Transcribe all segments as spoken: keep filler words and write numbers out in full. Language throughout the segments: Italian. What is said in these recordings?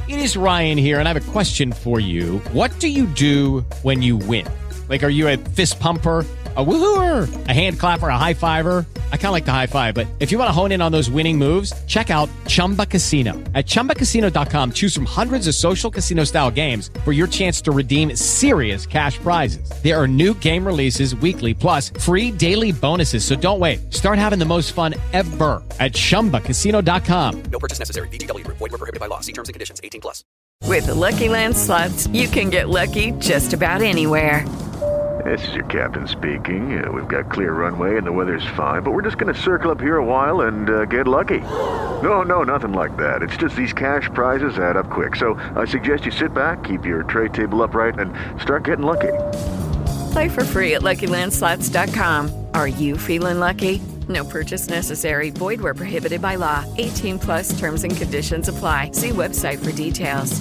It is Ryan here, and I have a question for you. What do you do when you win? Like, are you a fist pumper, a woohooer, a hand clapper, a high fiver? I kind of like the high five, but if you want to hone in on those winning moves, check out Chumba Casino. At chumba casino dot com, choose from hundreds of social casino style games for your chance to redeem serious cash prizes. There are new game releases weekly, plus free daily bonuses. So don't wait. Start having the most fun ever at chumba casino dot com. No purchase necessary. V G W Group. Void where prohibited by law. See terms and conditions. eighteen plus. With the Lucky Land Slots, you can get lucky just about anywhere. This is your captain speaking. Uh, we've got clear runway and the weather's fine, but we're just going to circle up here a while and uh, get lucky. No, no, nothing like that. It's just these cash prizes add up quick. So I suggest you sit back, keep your tray table upright, and start getting lucky. Play for free at Lucky Land Slots dot com. Are you feeling lucky? No purchase necessary. Void where prohibited by law. eighteen plus terms and conditions apply. See website for details.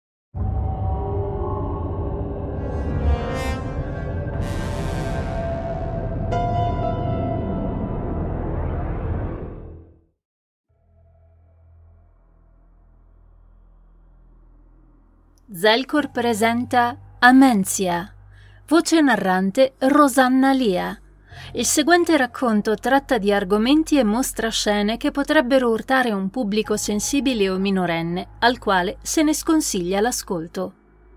Zelcor presenta Amensia. Voce narrante Rosanna Lia. Il seguente racconto tratta di argomenti e mostra scene che potrebbero urtare un pubblico sensibile o minorenne, al quale se ne sconsiglia l'ascolto.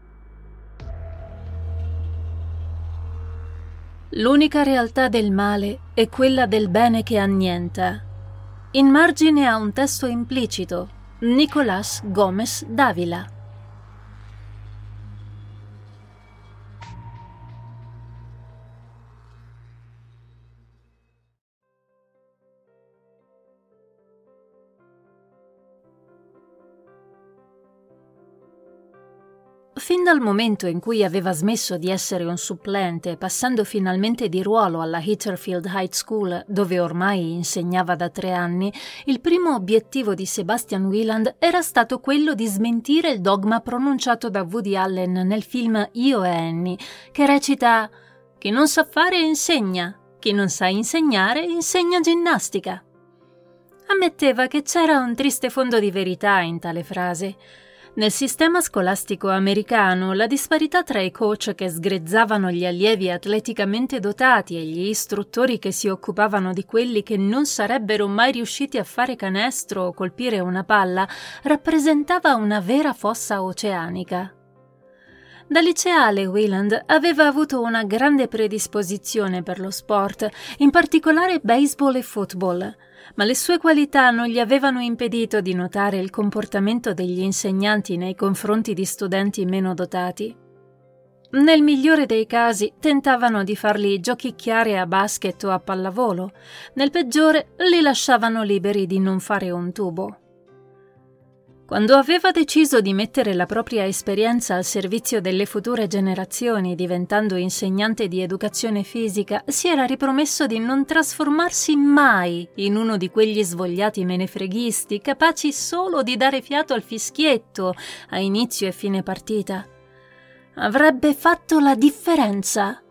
L'unica realtà del male è quella del bene che annienta. In margine ha un testo implicito. Nicolás Gómez Dávila. Fin dal momento in cui aveva smesso di essere un supplente, passando finalmente di ruolo alla Heatherfield High School, dove ormai insegnava da tre anni, il primo obiettivo di Sebastian Wieland era stato quello di smentire il dogma pronunciato da Woody Allen nel film Io e Annie, che recita «Chi non sa fare insegna, chi non sa insegnare insegna ginnastica». Ammetteva che c'era un triste fondo di verità in tale frase. Nel sistema scolastico americano, la disparità tra i coach che sgrezzavano gli allievi atleticamente dotati e gli istruttori che si occupavano di quelli che non sarebbero mai riusciti a fare canestro o colpire una palla rappresentava una vera fossa oceanica. Da liceale Wieland aveva avuto una grande predisposizione per lo sport, in particolare baseball e football, ma le sue qualità non gli avevano impedito di notare il comportamento degli insegnanti nei confronti di studenti meno dotati. Nel migliore dei casi tentavano di farli giochicchiare a basket o a pallavolo, nel peggiore li lasciavano liberi di non fare un tubo. Quando aveva deciso di mettere la propria esperienza al servizio delle future generazioni, diventando insegnante di educazione fisica, si era ripromesso di non trasformarsi mai in uno di quegli svogliati menefreghisti capaci solo di dare fiato al fischietto a inizio e fine partita. Avrebbe fatto la differenza.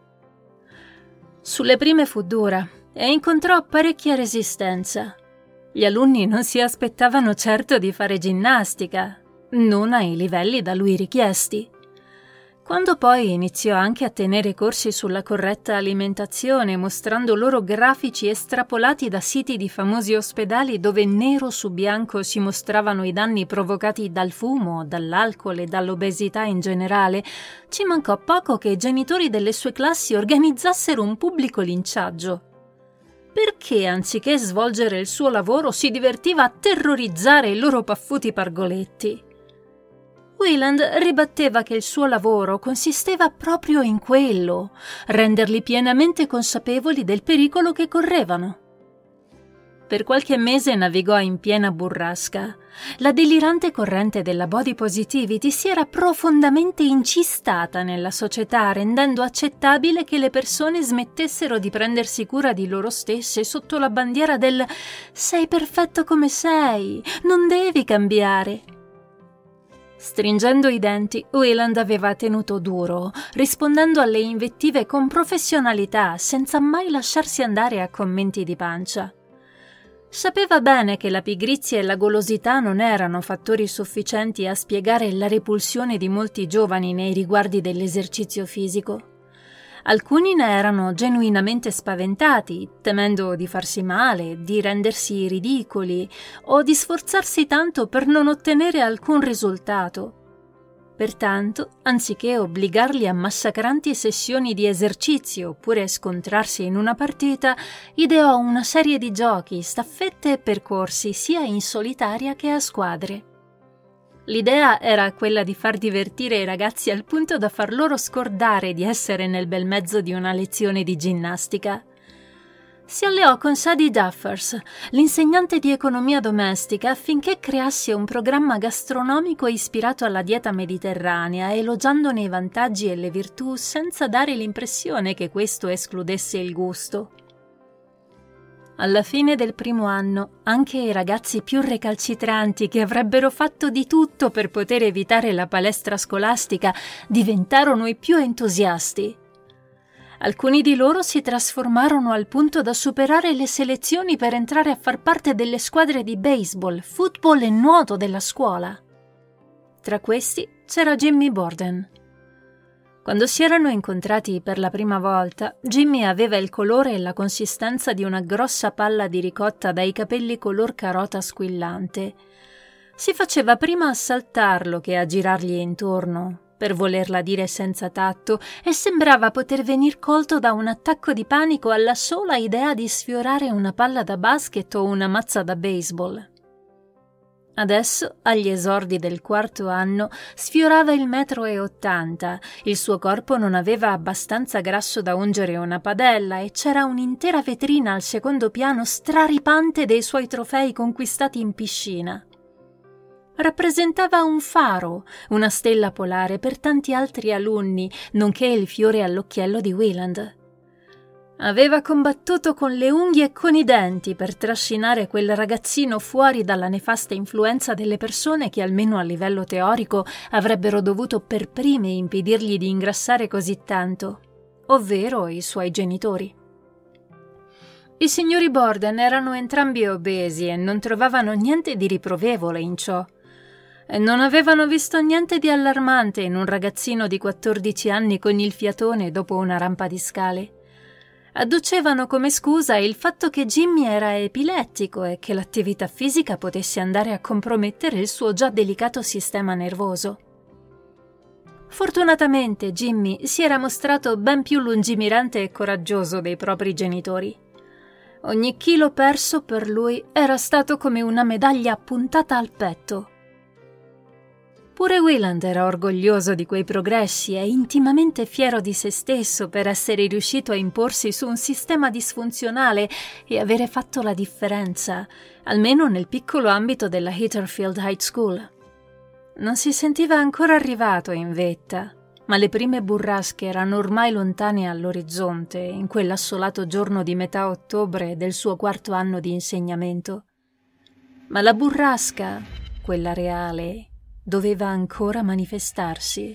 Sulle prime fu dura e incontrò parecchia resistenza. Gli alunni non si aspettavano certo di fare ginnastica, non ai livelli da lui richiesti. Quando poi iniziò anche a tenere corsi sulla corretta alimentazione, mostrando loro grafici estrapolati da siti di famosi ospedali dove nero su bianco si mostravano i danni provocati dal fumo, dall'alcol e dall'obesità in generale, ci mancò poco che i genitori delle sue classi organizzassero un pubblico linciaggio. Perché, anziché svolgere il suo lavoro, si divertiva a terrorizzare i loro paffuti pargoletti? Wieland ribatteva che il suo lavoro consisteva proprio in quello, renderli pienamente consapevoli del pericolo che correvano. Per qualche mese navigò in piena burrasca. La delirante corrente della body positivity si era profondamente incistata nella società, rendendo accettabile che le persone smettessero di prendersi cura di loro stesse sotto la bandiera del «sei perfetto come sei, non devi cambiare». Stringendo i denti, Wieland aveva tenuto duro, rispondendo alle invettive con professionalità, senza mai lasciarsi andare a commenti di pancia. Sapeva bene che la pigrizia e la golosità non erano fattori sufficienti a spiegare la repulsione di molti giovani nei riguardi dell'esercizio fisico. Alcuni ne erano genuinamente spaventati, temendo di farsi male, di rendersi ridicoli o di sforzarsi tanto per non ottenere alcun risultato. Pertanto, anziché obbligarli a massacranti sessioni di esercizio oppure scontrarsi in una partita, ideò una serie di giochi, staffette e percorsi sia in solitaria che a squadre. L'idea era quella di far divertire i ragazzi al punto da far loro scordare di essere nel bel mezzo di una lezione di ginnastica. Si alleò con Sadie Duffers, l'insegnante di economia domestica, affinché creasse un programma gastronomico ispirato alla dieta mediterranea, elogiandone i vantaggi e le virtù senza dare l'impressione che questo escludesse il gusto. Alla fine del primo anno, anche i ragazzi più recalcitranti, che avrebbero fatto di tutto per poter evitare la palestra scolastica, diventarono i più entusiasti. Alcuni di loro si trasformarono al punto da superare le selezioni per entrare a far parte delle squadre di baseball, football e nuoto della scuola. Tra questi c'era Jimmy Borden. Quando si erano incontrati per la prima volta, Jimmy aveva il colore e la consistenza di una grossa palla di ricotta dai capelli color carota squillante. Si faceva prima assaltarlo che a girargli intorno, per volerla dire senza tatto, e sembrava poter venir colto da un attacco di panico alla sola idea di sfiorare una palla da basket o una mazza da baseball. Adesso, agli esordi del quarto anno, sfiorava il metro e ottanta, il suo corpo non aveva abbastanza grasso da ungere una padella e c'era un'intera vetrina al secondo piano straripante dei suoi trofei conquistati in piscina. Rappresentava un faro, una stella polare per tanti altri alunni, nonché il fiore all'occhiello di Wieland. Aveva combattuto con le unghie e con i denti per trascinare quel ragazzino fuori dalla nefasta influenza delle persone che, almeno a livello teorico, avrebbero dovuto per prime impedirgli di ingrassare così tanto, ovvero i suoi genitori. I signori Borden erano entrambi obesi e non trovavano niente di riprovevole in ciò. E non avevano visto niente di allarmante in un ragazzino di quattordici anni con il fiatone dopo una rampa di scale. Adducevano come scusa il fatto che Jimmy era epilettico e che l'attività fisica potesse andare a compromettere il suo già delicato sistema nervoso. Fortunatamente Jimmy si era mostrato ben più lungimirante e coraggioso dei propri genitori. Ogni chilo perso per lui era stato come una medaglia appuntata al petto. Pure Wieland era orgoglioso di quei progressi e intimamente fiero di se stesso per essere riuscito a imporsi su un sistema disfunzionale e avere fatto la differenza, almeno nel piccolo ambito della Heatherfield High School. Non si sentiva ancora arrivato in vetta, ma le prime burrasche erano ormai lontane all'orizzonte in quell'assolato giorno di metà ottobre del suo quarto anno di insegnamento. Ma la burrasca, quella reale, doveva ancora manifestarsi.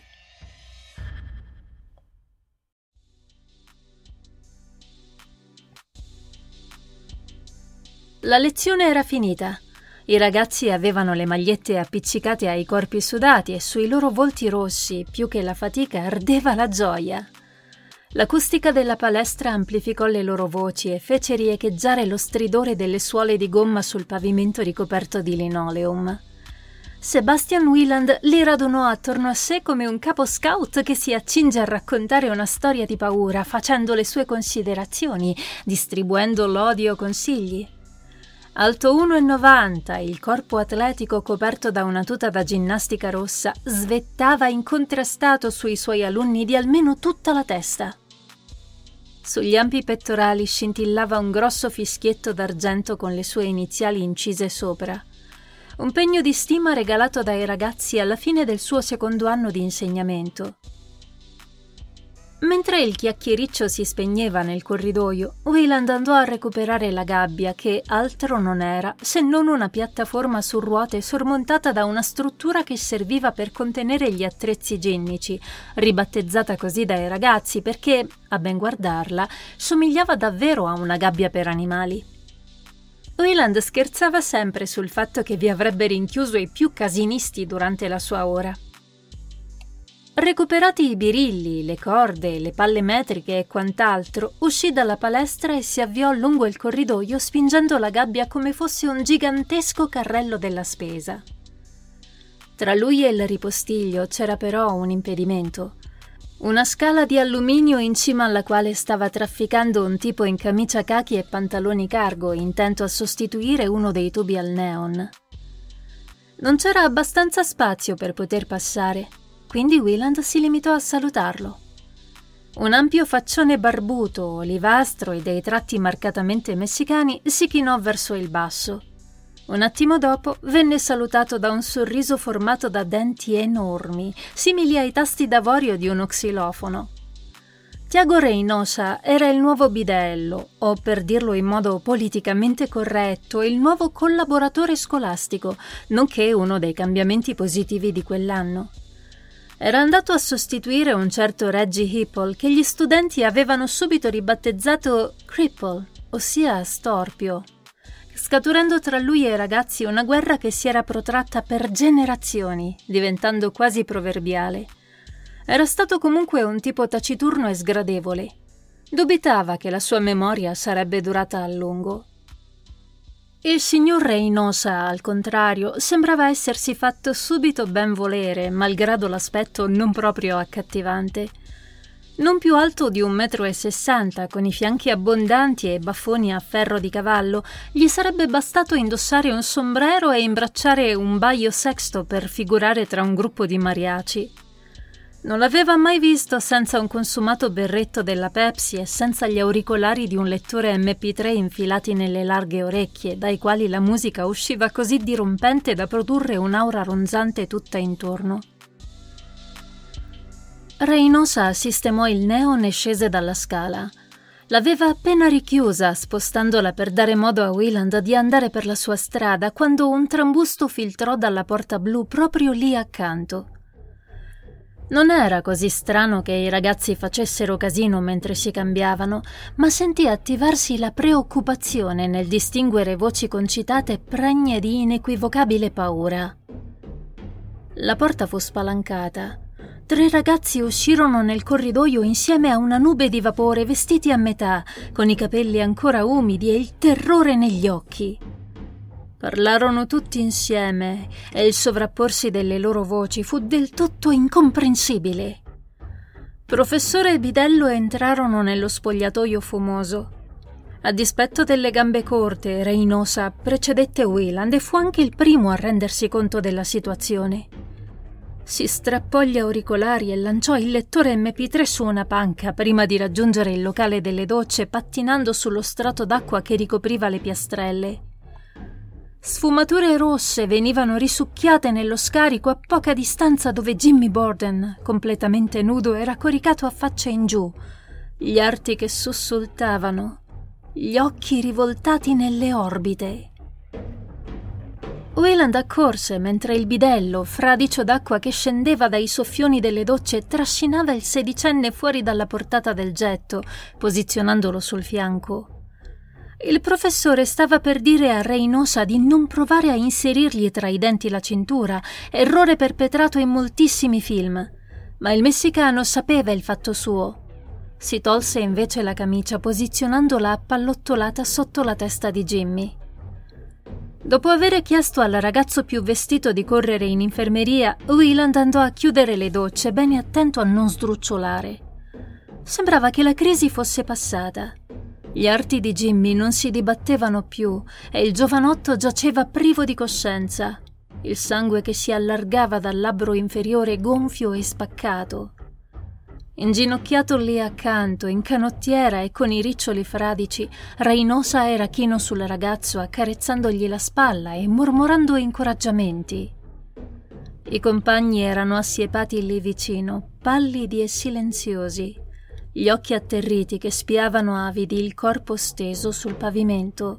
La lezione era finita. I ragazzi avevano le magliette appiccicate ai corpi sudati e sui loro volti rossi, più che la fatica, ardeva la gioia. L'acustica della palestra amplificò le loro voci e fece riecheggiare lo stridore delle suole di gomma sul pavimento ricoperto di linoleum. Sebastian Wieland li radunò attorno a sé come un capo scout che si accinge a raccontare una storia di paura, facendo le sue considerazioni, distribuendo lodi o consigli. Alto uno virgola novanta, il corpo atletico coperto da una tuta da ginnastica rossa svettava incontrastato sui suoi alunni di almeno tutta la testa. Sugli ampi pettorali scintillava un grosso fischietto d'argento con le sue iniziali incise sopra. Un pegno di stima regalato dai ragazzi alla fine del suo secondo anno di insegnamento. Mentre il chiacchiericcio si spegneva nel corridoio, Wieland andò a recuperare la gabbia che altro non era se non una piattaforma su ruote sormontata da una struttura che serviva per contenere gli attrezzi ginnici, ribattezzata così dai ragazzi perché, a ben guardarla, somigliava davvero a una gabbia per animali. Wayland scherzava sempre sul fatto che vi avrebbe rinchiuso i più casinisti durante la sua ora. Recuperati i birilli, le corde, le palle metriche e quant'altro, uscì dalla palestra e si avviò lungo il corridoio spingendo la gabbia come fosse un gigantesco carrello della spesa. Tra lui e il ripostiglio c'era però un impedimento. Una scala di alluminio in cima alla quale stava trafficando un tipo in camicia cachi e pantaloni cargo, intento a sostituire uno dei tubi al neon. Non c'era abbastanza spazio per poter passare, quindi Wayland si limitò a salutarlo. Un ampio faccione barbuto, olivastro e dai tratti marcatamente messicani si chinò verso il basso. Un attimo dopo venne salutato da un sorriso formato da denti enormi, simili ai tasti d'avorio di uno xilofono. Tiago Reynosa era il nuovo bidello, o per dirlo in modo politicamente corretto, il nuovo collaboratore scolastico, nonché uno dei cambiamenti positivi di quell'anno. Era andato a sostituire un certo Reggie Hipple che gli studenti avevano subito ribattezzato Cripple, ossia storpio, scaturendo tra lui e i ragazzi una guerra che si era protratta per generazioni, diventando quasi proverbiale. Era stato comunque un tipo taciturno e sgradevole. Dubitava che la sua memoria sarebbe durata a lungo. Il signor Reynosa, al contrario, sembrava essersi fatto subito ben volere, malgrado l'aspetto non proprio accattivante. Non più alto di un metro e sessanta, con i fianchi abbondanti e baffoni a ferro di cavallo, gli sarebbe bastato indossare un sombrero e imbracciare un baio sexto per figurare tra un gruppo di mariachi. Non l'aveva mai visto senza un consumato berretto della Pepsi e senza gli auricolari di un lettore emme pi tre infilati nelle larghe orecchie, dai quali la musica usciva così dirompente da produrre un'aura ronzante tutta intorno. Reynosa sistemò il neon e scese dalla scala. L'aveva appena richiusa, spostandola per dare modo a Wayland di andare per la sua strada, quando un trambusto filtrò dalla porta blu proprio lì accanto. Non era così strano che i ragazzi facessero casino mentre si cambiavano, ma sentì attivarsi la preoccupazione nel distinguere voci concitate pregne di inequivocabile paura. La porta fu spalancata. Tre ragazzi uscirono nel corridoio insieme a una nube di vapore, vestiti a metà, con i capelli ancora umidi e il terrore negli occhi. Parlarono tutti insieme e il sovrapporsi delle loro voci fu del tutto incomprensibile. Professore e bidello entrarono nello spogliatoio fumoso. A dispetto delle gambe corte, Reynosa precedette Wayland e fu anche il primo a rendersi conto della situazione. Si strappò gli auricolari e lanciò il lettore emme pi tre su una panca prima di raggiungere il locale delle docce, pattinando sullo strato d'acqua che ricopriva le piastrelle. Sfumature rosse venivano risucchiate nello scarico a poca distanza dove Jimmy Borden, completamente nudo, era coricato a faccia in giù, gli arti che sussultavano, gli occhi rivoltati nelle orbite. Wayland accorse mentre il bidello, fradicio d'acqua che scendeva dai soffioni delle docce, trascinava il sedicenne fuori dalla portata del getto, posizionandolo sul fianco. Il professore stava per dire a Reynosa di non provare a inserirgli tra i denti la cintura, errore perpetrato in moltissimi film, ma il messicano sapeva il fatto suo. Si tolse invece la camicia, posizionandola appallottolata sotto la testa di Jimmy. Dopo aver chiesto al ragazzo più vestito di correre in infermeria, Wayland andò a chiudere le docce, bene attento a non sdrucciolare. Sembrava che la crisi fosse passata. Gli arti di Jimmy non si dibattevano più e il giovanotto giaceva privo di coscienza, il sangue che si allargava dal labbro inferiore gonfio e spaccato. Inginocchiato lì accanto, in canottiera e con i riccioli fradici, Reynosa era chino sul ragazzo, accarezzandogli la spalla e mormorando incoraggiamenti. I compagni erano assiepati lì vicino, pallidi e silenziosi, gli occhi atterriti che spiavano avidi il corpo steso sul pavimento.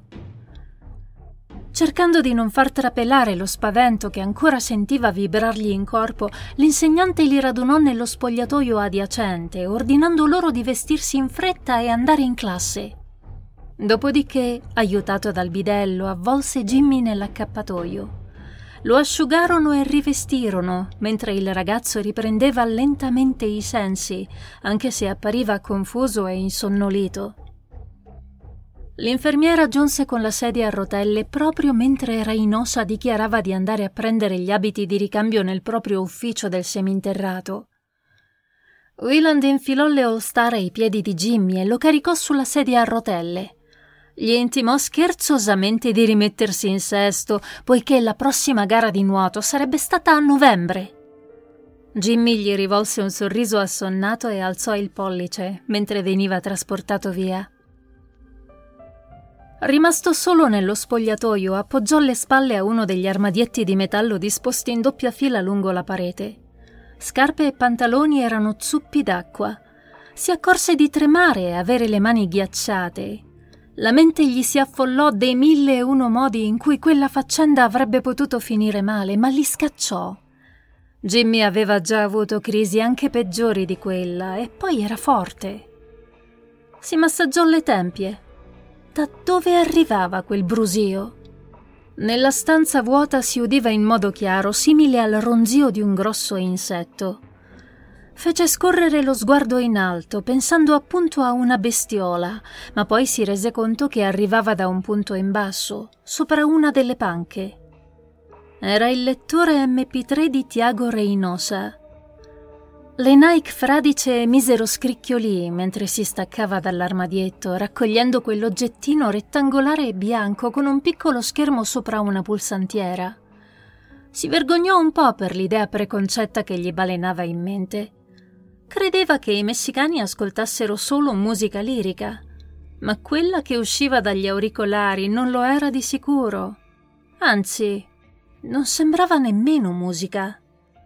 Cercando di non far trapelare lo spavento che ancora sentiva vibrargli in corpo, l'insegnante li radunò nello spogliatoio adiacente, ordinando loro di vestirsi in fretta e andare in classe. Dopodiché, aiutato dal bidello, avvolse Jimmy nell'accappatoio. Lo asciugarono e rivestirono, mentre il ragazzo riprendeva lentamente i sensi, anche se appariva confuso e insonnolito. L'infermiera giunse con la sedia a rotelle proprio mentre Reynosa dichiarava di andare a prendere gli abiti di ricambio nel proprio ufficio del seminterrato. Wieland infilò le all-star ai piedi di Jimmy e lo caricò sulla sedia a rotelle. Gli intimò scherzosamente di rimettersi in sesto, poiché la prossima gara di nuoto sarebbe stata a novembre. Jimmy gli rivolse un sorriso assonnato e alzò il pollice mentre veniva trasportato via. Rimasto solo nello spogliatoio, appoggiò le spalle a uno degli armadietti di metallo disposti in doppia fila lungo la parete. Scarpe e pantaloni erano zuppi d'acqua. Si accorse di tremare e avere le mani ghiacciate. La mente gli si affollò dei mille e uno modi in cui quella faccenda avrebbe potuto finire male, ma li scacciò. Jimmy aveva già avuto crisi anche peggiori di quella, e poi era forte. Si massaggiò le tempie. Da dove arrivava quel brusio? Nella stanza vuota si udiva in modo chiaro, simile al ronzio di un grosso insetto. Fece scorrere lo sguardo in alto, pensando appunto a una bestiola, ma poi si rese conto che arrivava da un punto in basso, sopra una delle panche. Era il lettore emme pi tre di Tiago Reynosa. Le Nike fradice misero scricchiolii mentre si staccava dall'armadietto, raccogliendo quell'oggettino rettangolare e bianco con un piccolo schermo sopra una pulsantiera. Si vergognò un po' per l'idea preconcetta che gli balenava in mente. Credeva che i messicani ascoltassero solo musica lirica, ma quella che usciva dagli auricolari non lo era di sicuro. Anzi, non sembrava nemmeno musica.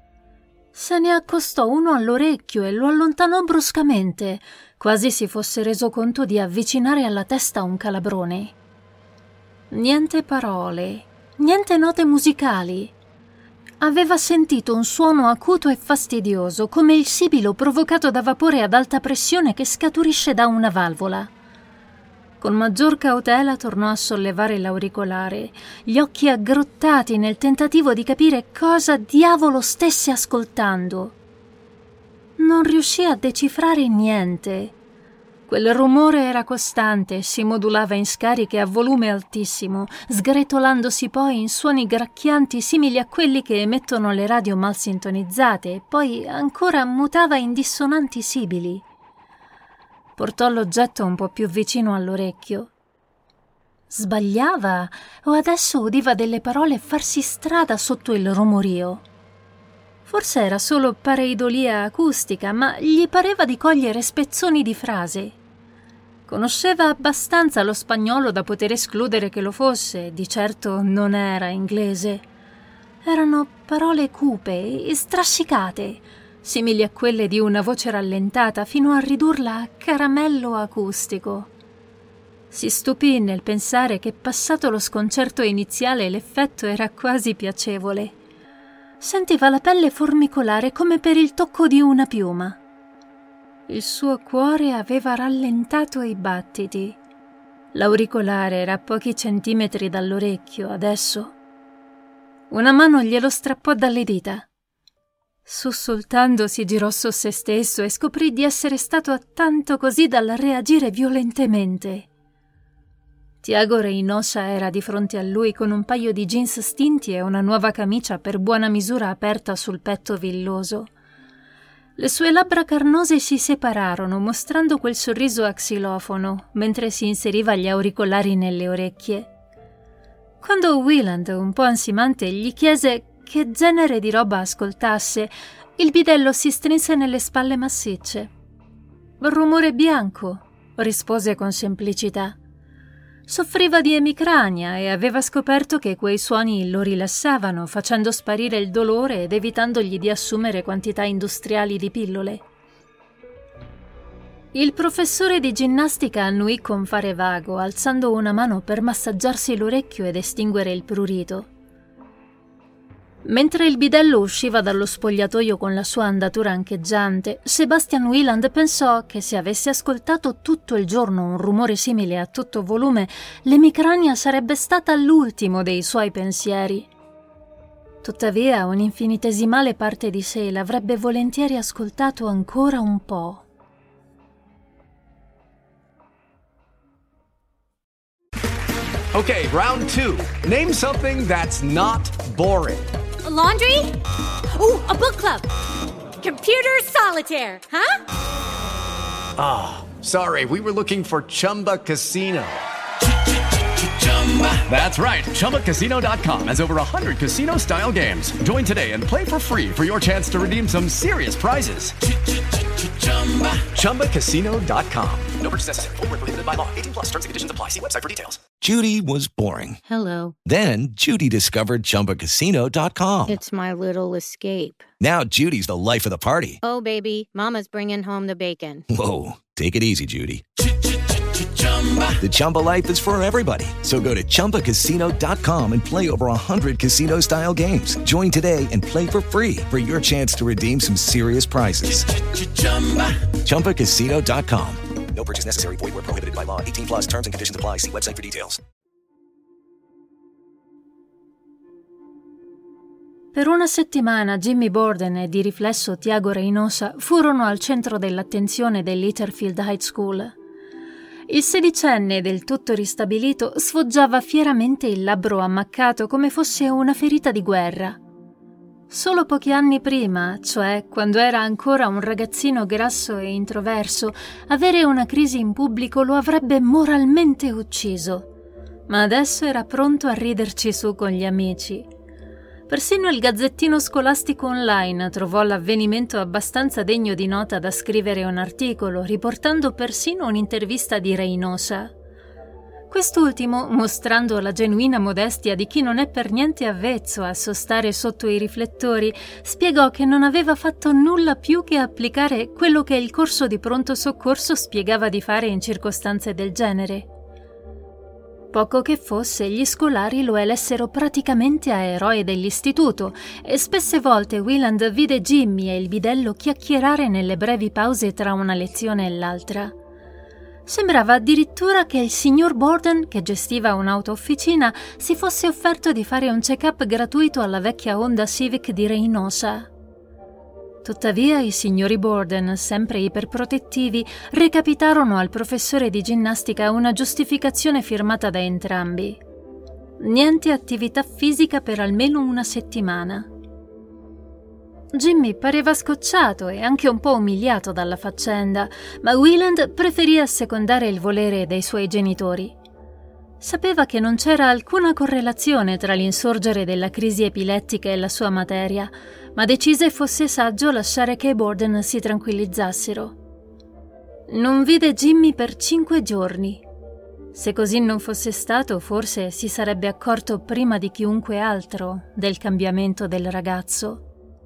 Se ne accostò uno all'orecchio e lo allontanò bruscamente, quasi si fosse reso conto di avvicinare alla testa un calabrone. Niente parole, niente note musicali. Aveva sentito un suono acuto e fastidioso, come il sibilo provocato da vapore ad alta pressione che scaturisce da una valvola. Con maggior cautela tornò a sollevare l'auricolare, gli occhi aggrottati nel tentativo di capire cosa diavolo stesse ascoltando. Non riuscì a decifrare niente. Quel rumore era costante e si modulava in scariche a volume altissimo, sgretolandosi poi in suoni gracchianti simili a quelli che emettono le radio mal sintonizzate e poi ancora mutava in dissonanti sibili. Portò l'oggetto un po' più vicino all'orecchio. Sbagliava o adesso udiva delle parole farsi strada sotto il rumorio? Forse era solo pareidolia acustica, ma gli pareva di cogliere spezzoni di frase. Conosceva abbastanza lo spagnolo da poter escludere che lo fosse, di certo non era inglese. Erano parole cupe e strascicate, simili a quelle di una voce rallentata fino a ridurla a caramello acustico. Si stupì nel pensare che, passato lo sconcerto iniziale, l'effetto era quasi piacevole. Sentiva la pelle formicolare come per il tocco di una piuma. Il suo cuore aveva rallentato i battiti. L'auricolare era a pochi centimetri dall'orecchio, adesso. Una mano glielo strappò dalle dita. Sussultando si girò su se stesso e scoprì di essere stato a tanto così dal reagire violentemente. Tiago Reynosa era di fronte a lui con un paio di jeans stinti e una nuova camicia per buona misura aperta sul petto villoso. Le sue labbra carnose si separarono, mostrando quel sorriso a xilofono, mentre si inseriva gli auricolari nelle orecchie. Quando Wieland, un po' ansimante, gli chiese che genere di roba ascoltasse, il bidello si strinse nelle spalle massicce. «Rumore bianco», rispose con semplicità. Soffriva di emicrania e aveva scoperto che quei suoni lo rilassavano, facendo sparire il dolore ed evitandogli di assumere quantità industriali di pillole. Il professore di ginnastica annuì con fare vago, alzando una mano per massaggiarsi l'orecchio ed estinguere il prurito. Mentre il bidello usciva dallo spogliatoio con la sua andatura ancheggiante, Sebastian Wieland pensò che se avesse ascoltato tutto il giorno un rumore simile a tutto volume, l'emicrania sarebbe stata l'ultimo dei suoi pensieri. Tuttavia, un'infinitesimale parte di sé l'avrebbe volentieri ascoltato ancora un po'. Okay, round two. Name something that's not boring. A laundry? Ooh, a book club. Computer solitaire, huh? Ah, oh, sorry, we were looking for Chumba Casino. That's right, Chumba Casino dot com has over one hundred casino-style games. Join today and play for free for your chance to redeem some serious prizes. Chumba Casino dot com. No purchase necessary. Void where prohibited by law. eighteen plus terms and conditions apply. See website for details. Judy was boring. Hello. Then Judy discovered Chumba Casino dot com. It's my little escape. Now Judy's the life of the party. Oh, baby, mama's bringing home the bacon. Whoa, take it easy, Judy. The Chumba life is for everybody. So go to Chumba Casino dot com and play over one hundred casino-style games. Join today and play for free for your chance to redeem some serious prizes. Chumba Casino dot com. No purchase necessary. Void where prohibited by law. eighteen plus terms and conditions apply. See website for details. Per una settimana Jimmy Borden e di riflesso Tiago Reynosa furono al centro dell'attenzione dell'Heatherfield High School. Il sedicenne del tutto ristabilito sfoggiava fieramente il labbro ammaccato come fosse una ferita di guerra. Solo pochi anni prima, cioè quando era ancora un ragazzino grasso e introverso, avere una crisi in pubblico lo avrebbe moralmente ucciso. Ma adesso era pronto a riderci su con gli amici. Persino il gazzettino scolastico online trovò l'avvenimento abbastanza degno di nota da scrivere un articolo, riportando persino un'intervista di Reynosa. Quest'ultimo, mostrando la genuina modestia di chi non è per niente avvezzo a sostare sotto i riflettori, spiegò che non aveva fatto nulla più che applicare quello che il corso di pronto soccorso spiegava di fare in circostanze del genere. Poco che fosse, gli scolari lo elessero praticamente a eroe dell'istituto e spesse volte Wieland vide Jimmy e il bidello chiacchierare nelle brevi pause tra una lezione e l'altra. Sembrava addirittura che il signor Borden, che gestiva un'auto-officina, si fosse offerto di fare un check-up gratuito alla vecchia Honda Civic di Reynosa. Tuttavia i signori Borden, sempre iperprotettivi, recapitarono al professore di ginnastica una giustificazione firmata da entrambi. Niente attività fisica per almeno una settimana. Jimmy pareva scocciato e anche un po' umiliato dalla faccenda, ma Wieland preferì assecondare il volere dei suoi genitori. Sapeva che non c'era alcuna correlazione tra l'insorgere della crisi epilettica e la sua materia, ma decise fosse saggio lasciare che i Borden si tranquillizzassero. Non vide Jimmy per cinque giorni. Se così non fosse stato, forse si sarebbe accorto prima di chiunque altro del cambiamento del ragazzo.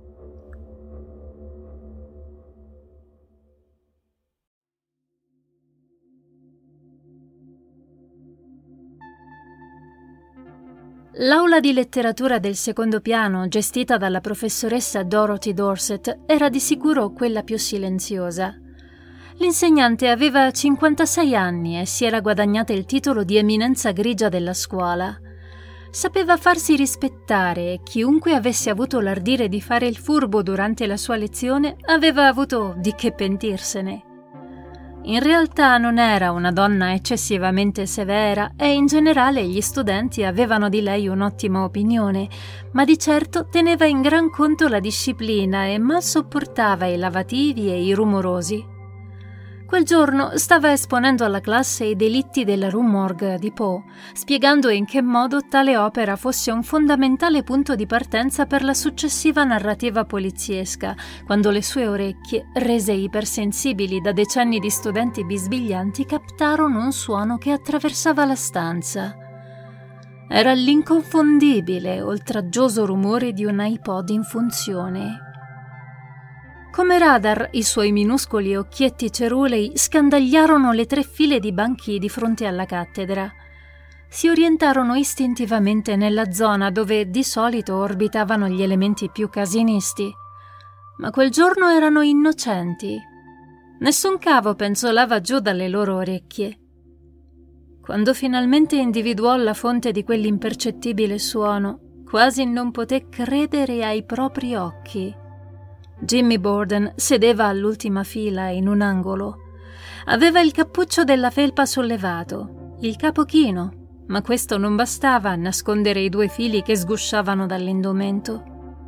L'aula di letteratura del secondo piano, gestita dalla professoressa Dorothy Dorset, era di sicuro quella più silenziosa. L'insegnante aveva cinquantasei anni e si era guadagnata il titolo di eminenza grigia della scuola. Sapeva farsi rispettare e chiunque avesse avuto l'ardire di fare il furbo durante la sua lezione aveva avuto di che pentirsene. In realtà non era una donna eccessivamente severa e in generale gli studenti avevano di lei un'ottima opinione, ma di certo teneva in gran conto la disciplina e mal sopportava i lavativi e i rumorosi. Quel giorno stava esponendo alla classe i delitti della Rue Morgue di Poe, spiegando in che modo tale opera fosse un fondamentale punto di partenza per la successiva narrativa poliziesca, quando le sue orecchie, rese ipersensibili da decenni di studenti bisbiglianti, captarono un suono che attraversava la stanza. Era l'inconfondibile, oltraggioso rumore di un iPod in funzione. Come radar, i suoi minuscoli occhietti cerulei scandagliarono le tre file di banchi di fronte alla cattedra. Si orientarono istintivamente nella zona dove di solito orbitavano gli elementi più casinisti, ma quel giorno erano innocenti. Nessun cavo penzolava giù dalle loro orecchie. Quando finalmente individuò la fonte di quell'impercettibile suono, quasi non poté credere ai propri occhi. Jimmy Borden sedeva all'ultima fila in un angolo. Aveva il cappuccio della felpa sollevato, il capo chino, ma questo non bastava a nascondere i due fili che sgusciavano dall'indumento.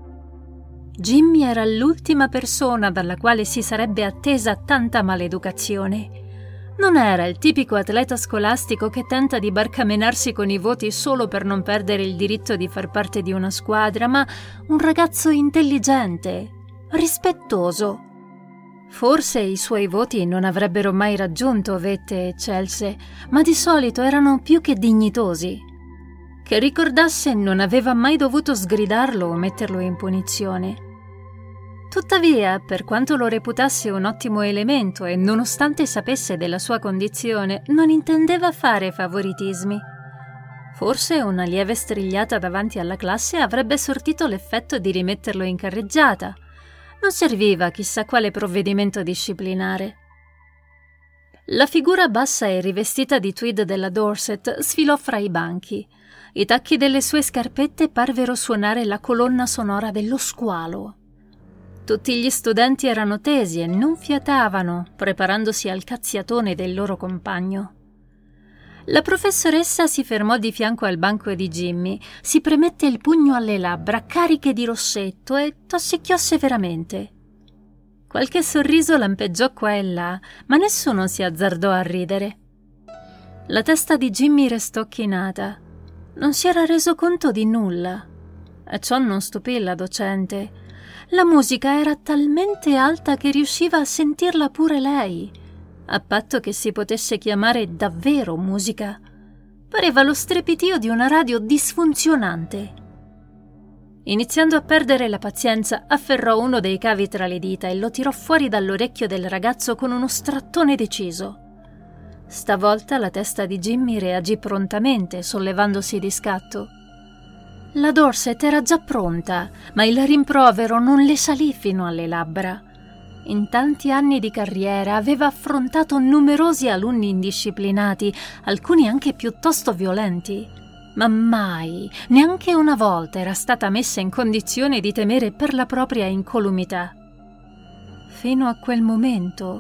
Jimmy era l'ultima persona dalla quale si sarebbe attesa tanta maleducazione. Non era il tipico atleta scolastico che tenta di barcamenarsi con i voti solo per non perdere il diritto di far parte di una squadra, ma un ragazzo intelligente, rispettoso. Forse i suoi voti non avrebbero mai raggiunto vette eccelse, ma di solito erano più che dignitosi. Che ricordasse, non aveva mai dovuto sgridarlo o metterlo in punizione. Tuttavia, per quanto lo reputasse un ottimo elemento e nonostante sapesse della sua condizione, non intendeva fare favoritismi. Forse una lieve strigliata davanti alla classe avrebbe sortito l'effetto di rimetterlo in carreggiata. Non serviva chissà quale provvedimento disciplinare. La figura bassa e rivestita di tweed della Dorset sfilò fra i banchi. I tacchi delle sue scarpette parvero suonare la colonna sonora dello squalo. Tutti gli studenti erano tesi e non fiatavano, preparandosi al cazziatone del loro compagno. La professoressa si fermò di fianco al banco di Jimmy, si premette il pugno alle labbra, cariche di rossetto, e tossicchiò severamente. Qualche sorriso lampeggiò qua e là, ma nessuno si azzardò a ridere. La testa di Jimmy restò chinata. Non si era reso conto di nulla. E ciò non stupì la docente. La musica era talmente alta che riusciva a sentirla pure lei, a patto che si potesse chiamare davvero musica. Pareva lo strepitio di una radio disfunzionante. Iniziando a perdere la pazienza, afferrò uno dei cavi tra le dita e lo tirò fuori dall'orecchio del ragazzo con uno strattone deciso. Stavolta la testa di Jimmy reagì prontamente, sollevandosi di scatto. La Dorset era già pronta, ma il rimprovero non le salì fino alle labbra. In tanti anni di carriera aveva affrontato numerosi alunni indisciplinati, alcuni anche piuttosto violenti, ma mai, neanche una volta, era stata messa in condizione di temere per la propria incolumità. Fino a quel momento.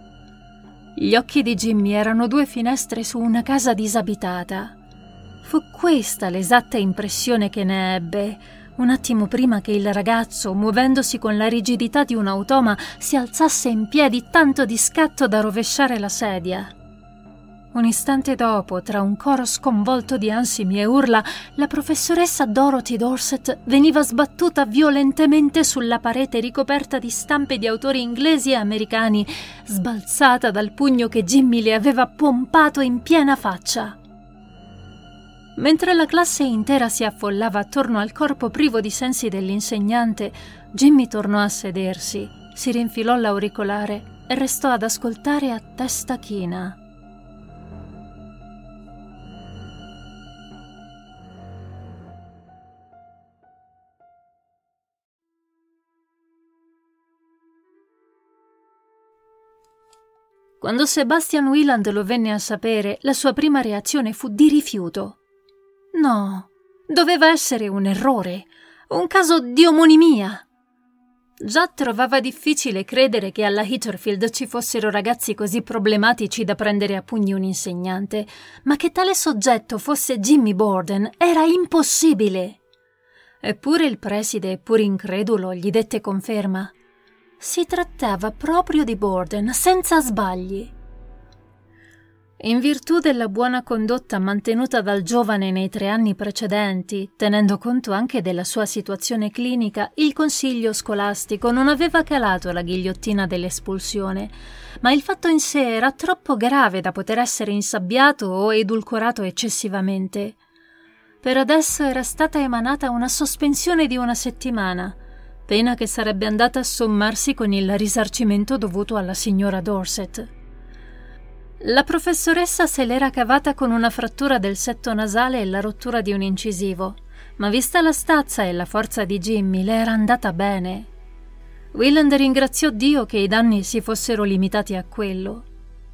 Gli occhi di Jimmy erano due finestre su una casa disabitata. Fu questa l'esatta impressione che ne ebbe, un attimo prima che il ragazzo, muovendosi con la rigidità di un automa, si alzasse in piedi tanto di scatto da rovesciare la sedia. Un istante dopo, tra un coro sconvolto di ansimi e urla, la professoressa Dorothy Dorset veniva sbattuta violentemente sulla parete ricoperta di stampe di autori inglesi e americani, sbalzata dal pugno che Jimmy le aveva pompato in piena faccia. Mentre la classe intera si affollava attorno al corpo privo di sensi dell'insegnante, Jimmy tornò a sedersi, si rinfilò l'auricolare e restò ad ascoltare a testa china. Quando Sebastian Wieland lo venne a sapere, la sua prima reazione fu di rifiuto. No, doveva essere un errore, un caso di omonimia. Già trovava difficile credere che alla Heatherfield ci fossero ragazzi così problematici da prendere a pugni un insegnante, ma che tale soggetto fosse Jimmy Borden era impossibile. Eppure il preside, pur incredulo, gli dette conferma. Si trattava proprio di Borden, senza sbagli. In virtù della buona condotta mantenuta dal giovane nei tre anni precedenti, tenendo conto anche della sua situazione clinica, il consiglio scolastico non aveva calato la ghigliottina dell'espulsione, ma il fatto in sé era troppo grave da poter essere insabbiato o edulcorato eccessivamente. Per adesso era stata emanata una sospensione di una settimana, pena che sarebbe andata a sommarsi con il risarcimento dovuto alla signora Dorset. La professoressa se l'era cavata con una frattura del setto nasale e la rottura di un incisivo, ma vista la stazza e la forza di Jimmy le era andata bene. Wieland ringraziò Dio che i danni si fossero limitati a quello.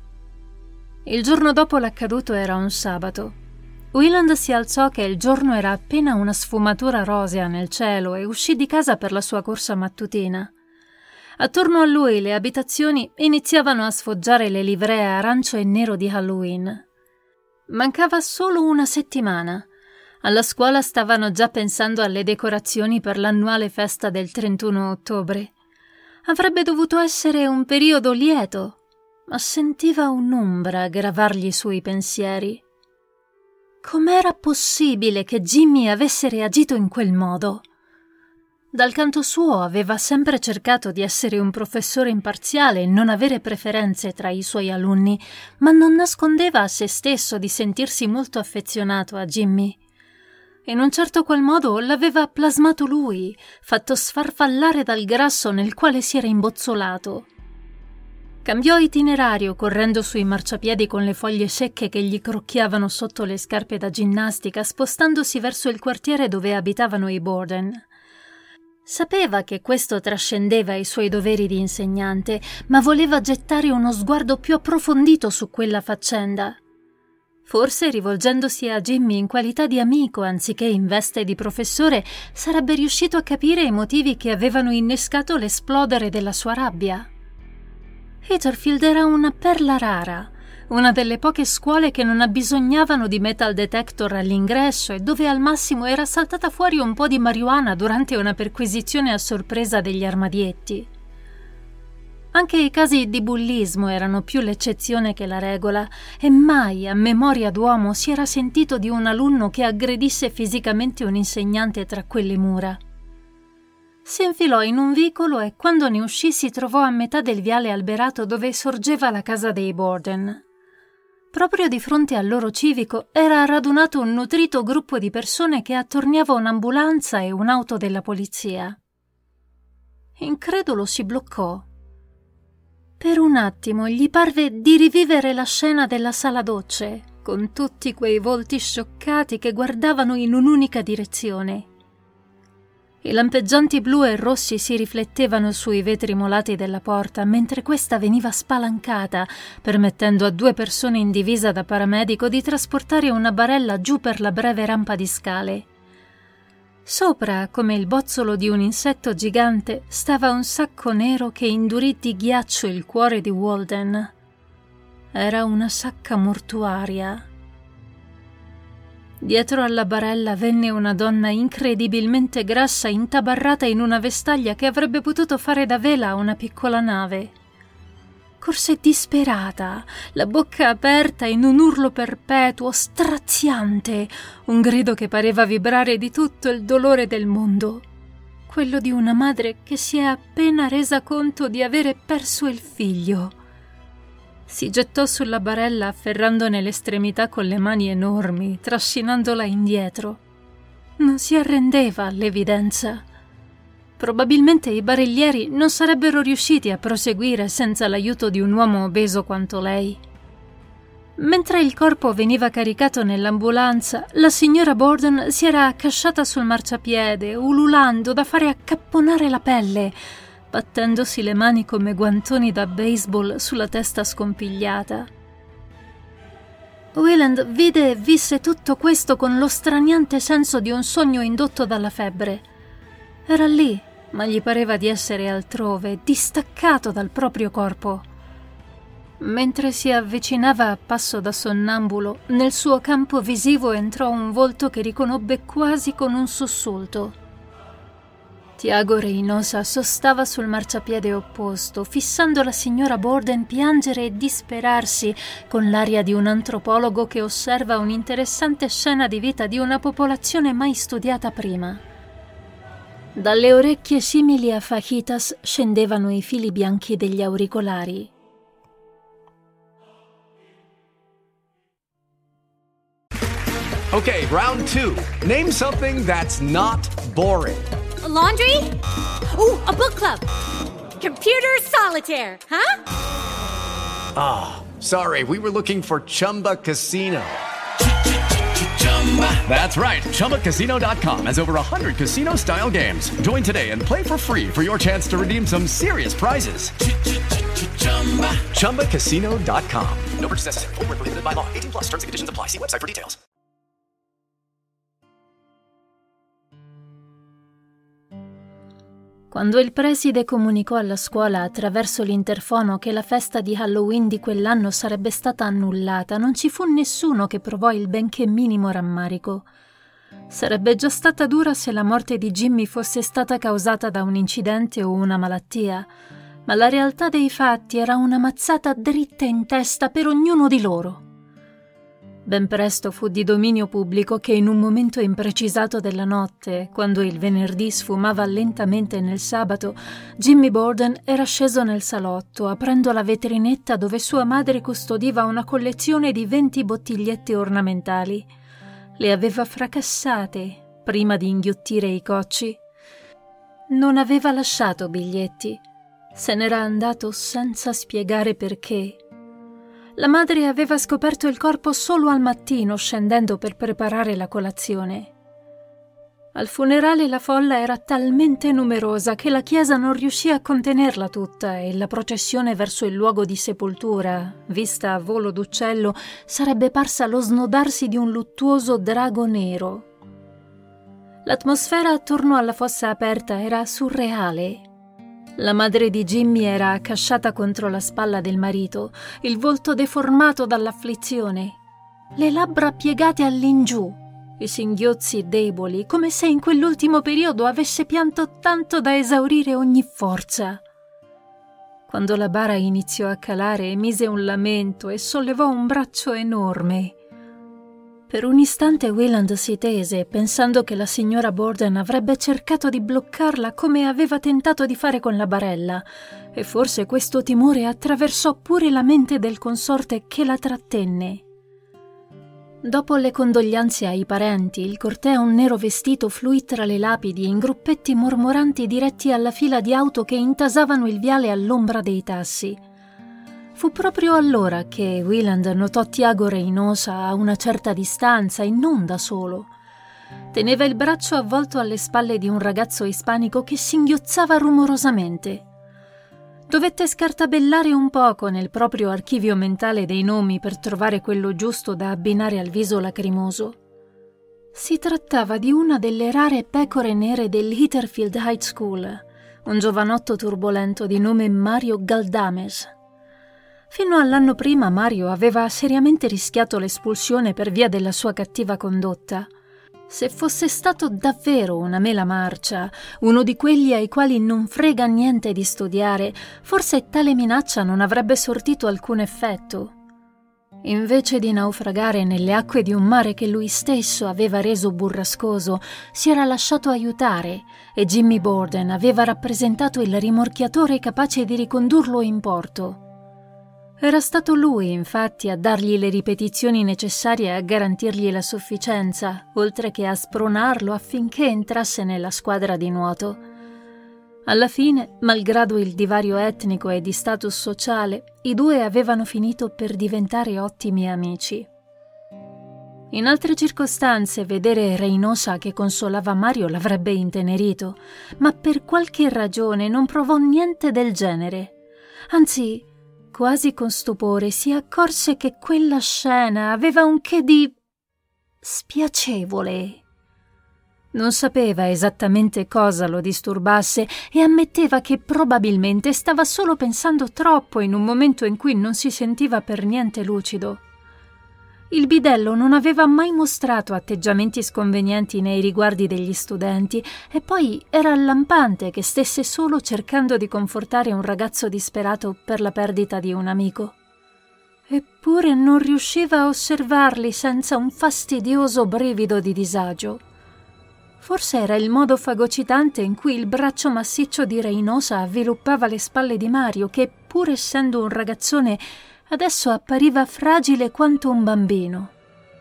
Il giorno dopo l'accaduto era un sabato. Wieland si alzò che il giorno era appena una sfumatura rosea nel cielo e uscì di casa per la sua corsa mattutina. Attorno a lui le abitazioni iniziavano a sfoggiare le livree arancio e nero di Halloween. Mancava solo una settimana. Alla scuola stavano già pensando alle decorazioni per l'annuale festa del trentuno ottobre. Avrebbe dovuto essere un periodo lieto, ma sentiva un'ombra gravargli sui pensieri. Com'era possibile che Jimmy avesse reagito in quel modo? Dal canto suo aveva sempre cercato di essere un professore imparziale e non avere preferenze tra i suoi alunni, ma non nascondeva a se stesso di sentirsi molto affezionato a Jimmy. In un certo qual modo l'aveva plasmato lui, fatto sfarfallare dal grasso nel quale si era imbozzolato. Cambiò itinerario correndo sui marciapiedi con le foglie secche che gli crocchiavano sotto le scarpe da ginnastica, spostandosi verso il quartiere dove abitavano i Borden. Sapeva che questo trascendeva i suoi doveri di insegnante, ma voleva gettare uno sguardo più approfondito su quella faccenda. Forse, rivolgendosi a Jimmy in qualità di amico anziché in veste di professore, sarebbe riuscito a capire i motivi che avevano innescato l'esplodere della sua rabbia. Heatherfield era una perla rara, una delle poche scuole che non abbisognavano di metal detector all'ingresso e dove al massimo era saltata fuori un po' di marijuana durante una perquisizione a sorpresa degli armadietti. Anche i casi di bullismo erano più l'eccezione che la regola e mai, a memoria d'uomo, si era sentito di un alunno che aggredisse fisicamente un insegnante tra quelle mura. Si infilò in un vicolo e quando ne uscì si trovò a metà del viale alberato dove sorgeva la casa dei Borden. Proprio di fronte al loro civico era radunato un nutrito gruppo di persone che attorniava un'ambulanza e un'auto della polizia. Incredulo si bloccò. Per un attimo gli parve di rivivere la scena della sala docce, con tutti quei volti scioccati che guardavano in un'unica direzione. I lampeggianti blu e rossi si riflettevano sui vetri molati della porta mentre questa veniva spalancata, permettendo a due persone in divisa da paramedico di trasportare una barella giù per la breve rampa di scale. Sopra, come il bozzolo di un insetto gigante, stava un sacco nero che indurì di ghiaccio il cuore di Walden. Era una sacca mortuaria. Dietro alla barella venne una donna incredibilmente grassa intabarrata in una vestaglia che avrebbe potuto fare da vela a una piccola nave. Corse disperata, la bocca aperta in un urlo perpetuo, straziante, un grido che pareva vibrare di tutto il dolore del mondo. Quello di una madre che si è appena resa conto di avere perso il figlio. Si gettò sulla barella afferrandone l'estremità con le mani enormi, trascinandola indietro. Non si arrendeva all'evidenza. Probabilmente i barellieri non sarebbero riusciti a proseguire senza l'aiuto di un uomo obeso quanto lei. Mentre il corpo veniva caricato nell'ambulanza, la signora Borden si era accasciata sul marciapiede, ululando da fare accapponare la pelle, battendosi le mani come guantoni da baseball sulla testa scompigliata. Wieland vide e visse tutto questo con lo straniante senso di un sogno indotto dalla febbre. Era lì, ma gli pareva di essere altrove, distaccato dal proprio corpo. Mentre si avvicinava a passo da sonnambulo, nel suo campo visivo entrò un volto che riconobbe quasi con un sussulto. Tiago Reynosa sostava sul marciapiede opposto, fissando la signora Borden piangere e disperarsi con l'aria di un antropologo che osserva un'interessante scena di vita di una popolazione mai studiata prima. Dalle orecchie simili a fajitas scendevano i fili bianchi degli auricolari. Okay, round two. Name something that's not boring. A laundry? Ooh, a book club. Computer solitaire, huh? Ah, Sorry, we were looking for Chumba Casino. That's right. Chumba Casino dot com has over one hundred casino-style games. Join today and play for free for your chance to redeem some serious prizes. Chumba Casino dot com. No purchase necessary. Void where prohibited by law. eighteen plus terms and conditions apply. See website for details. Quando il preside comunicò alla scuola attraverso l'interfono che la festa di Halloween di quell'anno sarebbe stata annullata, non ci fu nessuno che provò il benché minimo rammarico. Sarebbe già stata dura se la morte di Jimmy fosse stata causata da un incidente o una malattia, ma la realtà dei fatti era una mazzata dritta in testa per ognuno di loro. Ben presto fu di dominio pubblico che in un momento imprecisato della notte, quando il venerdì sfumava lentamente nel sabato, Jimmy Borden era sceso nel salotto, aprendo la vetrinetta dove sua madre custodiva una collezione di venti bottigliette ornamentali. Le aveva fracassate prima di inghiottire i cocci. Non aveva lasciato biglietti. Se n'era andato senza spiegare perché. La madre aveva scoperto il corpo solo al mattino, scendendo per preparare la colazione. Al funerale la folla era talmente numerosa che la chiesa non riuscì a contenerla tutta e la processione verso il luogo di sepoltura, vista a volo d'uccello, sarebbe parsa lo snodarsi di un luttuoso drago nero. L'atmosfera attorno alla fossa aperta era surreale. La madre di Jimmy era accasciata contro la spalla del marito, il volto deformato dall'afflizione, le labbra piegate all'ingiù, i singhiozzi deboli, come se in quell'ultimo periodo avesse pianto tanto da esaurire ogni forza. Quando la bara iniziò a calare, emise un lamento e sollevò un braccio enorme. Per un istante Wayland si tese, pensando che la signora Borden avrebbe cercato di bloccarla come aveva tentato di fare con la barella, e forse questo timore attraversò pure la mente del consorte che la trattenne. Dopo le condoglianze ai parenti, il corteo nero vestito fluì tra le lapidi in gruppetti mormoranti diretti alla fila di auto che intasavano il viale all'ombra dei tassi. Fu proprio allora che Wayland notò Tiago Reynosa a una certa distanza e non da solo. Teneva il braccio avvolto alle spalle di un ragazzo ispanico che singhiozzava rumorosamente. Dovette scartabellare un poco nel proprio archivio mentale dei nomi per trovare quello giusto da abbinare al viso lacrimoso. Si trattava di una delle rare pecore nere del Heatherfield High School, un giovanotto turbolento di nome Mario Galdames. Fino all'anno prima Mario aveva seriamente rischiato l'espulsione per via della sua cattiva condotta. Se fosse stato davvero una mela marcia, uno di quelli ai quali non frega niente di studiare, forse tale minaccia non avrebbe sortito alcun effetto. Invece di naufragare nelle acque di un mare che lui stesso aveva reso burrascoso, si era lasciato aiutare e Jimmy Borden aveva rappresentato il rimorchiatore capace di ricondurlo in porto. Era stato lui, infatti, a dargli le ripetizioni necessarie a garantirgli la sufficienza, oltre che a spronarlo affinché entrasse nella squadra di nuoto. Alla fine, malgrado il divario etnico e di status sociale, i due avevano finito per diventare ottimi amici. In altre circostanze, vedere Reynosa che consolava Mario l'avrebbe intenerito, ma per qualche ragione non provò niente del genere. Anzi, quasi con stupore si accorse che quella scena aveva un che di spiacevole. Non sapeva esattamente cosa lo disturbasse e ammetteva che probabilmente stava solo pensando troppo in un momento in cui non si sentiva per niente lucido. Il bidello non aveva mai mostrato atteggiamenti sconvenienti nei riguardi degli studenti e poi era lampante che stesse solo cercando di confortare un ragazzo disperato per la perdita di un amico. Eppure non riusciva a osservarli senza un fastidioso brivido di disagio. Forse era il modo fagocitante in cui il braccio massiccio di Reynosa avviluppava le spalle di Mario che, pur essendo un ragazzone, adesso appariva fragile quanto un bambino.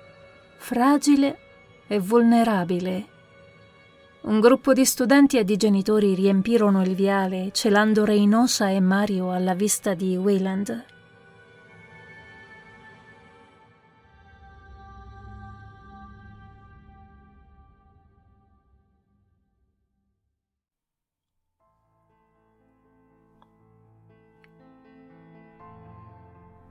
Fragile e vulnerabile. Un gruppo di studenti e di genitori riempirono il viale, celando Reynosa e Mario alla vista di Wayland.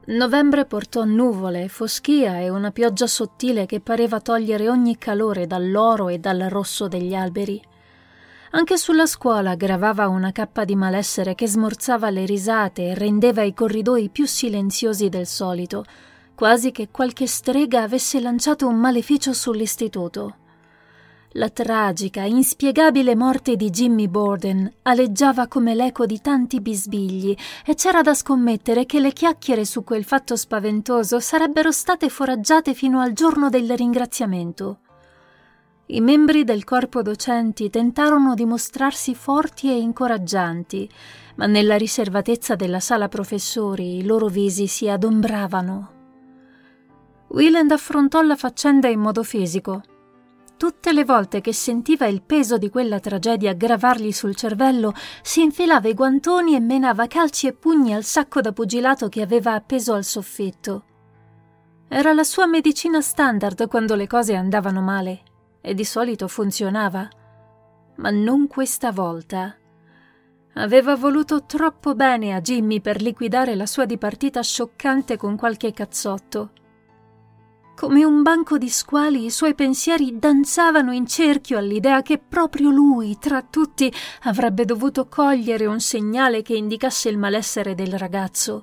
Novembre portò nuvole, foschia e una pioggia sottile che pareva togliere ogni calore dall'oro e dal rosso degli alberi. Anche sulla scuola gravava una cappa di malessere che smorzava le risate e rendeva i corridoi più silenziosi del solito, quasi che qualche strega avesse lanciato un maleficio sull'istituto. La tragica, inspiegabile morte di Jimmy Borden aleggiava come l'eco di tanti bisbigli e c'era da scommettere che le chiacchiere su quel fatto spaventoso sarebbero state foraggiate fino al giorno del ringraziamento. I membri del corpo docenti tentarono di mostrarsi forti e incoraggianti, ma nella riservatezza della sala professori i loro visi si adombravano. Wieland affrontò la faccenda in modo fisico. Tutte le volte che sentiva il peso di quella tragedia gravargli sul cervello, si infilava i guantoni e menava calci e pugni al sacco da pugilato che aveva appeso al soffitto. Era la sua medicina standard quando le cose andavano male. E di solito funzionava, ma non questa volta. Aveva voluto troppo bene a Jimmy per liquidare la sua dipartita scioccante con qualche cazzotto. Come un banco di squali i suoi pensieri danzavano in cerchio all'idea che proprio lui, tra tutti, avrebbe dovuto cogliere un segnale che indicasse il malessere del ragazzo.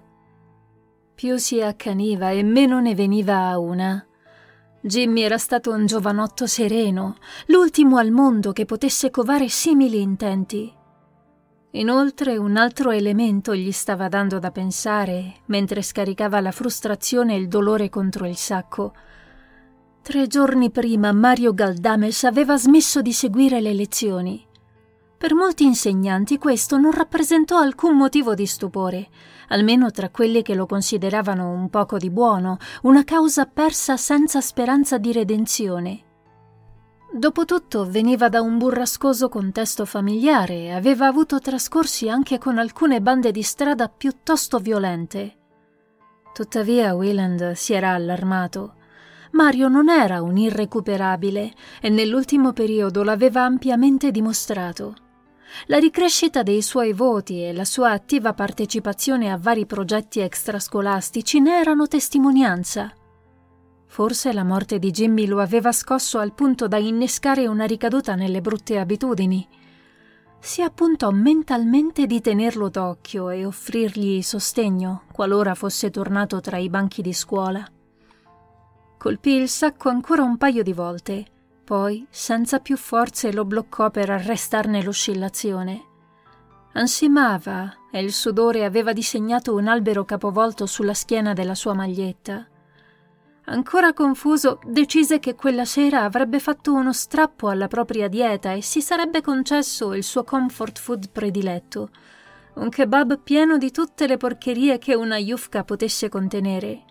Più si accaniva e meno ne veniva a una. Jimmy era stato un giovanotto sereno, l'ultimo al mondo che potesse covare simili intenti. Inoltre un altro elemento gli stava dando da pensare mentre scaricava la frustrazione e il dolore contro il sacco. Tre giorni prima Mario Galdames aveva smesso di seguire le lezioni. Per molti insegnanti questo non rappresentò alcun motivo di stupore, almeno tra quelli che lo consideravano un poco di buono, una causa persa senza speranza di redenzione. Dopotutto veniva da un burrascoso contesto familiare e aveva avuto trascorsi anche con alcune bande di strada piuttosto violente. Tuttavia Wieland si era allarmato. Mario non era un irrecuperabile e nell'ultimo periodo l'aveva ampiamente dimostrato. La ricrescita dei suoi voti e la sua attiva partecipazione a vari progetti extrascolastici ne erano testimonianza. Forse la morte di Jimmy lo aveva scosso al punto da innescare una ricaduta nelle brutte abitudini. Si appuntò mentalmente di tenerlo d'occhio e offrirgli sostegno qualora fosse tornato tra i banchi di scuola. Colpì il sacco ancora un paio di volte. Poi, senza più forze, lo bloccò per arrestarne l'oscillazione. Ansimava e il sudore aveva disegnato un albero capovolto sulla schiena della sua maglietta. Ancora confuso, decise che quella sera avrebbe fatto uno strappo alla propria dieta e si sarebbe concesso il suo comfort food prediletto, un kebab pieno di tutte le porcherie che una yufka potesse contenere.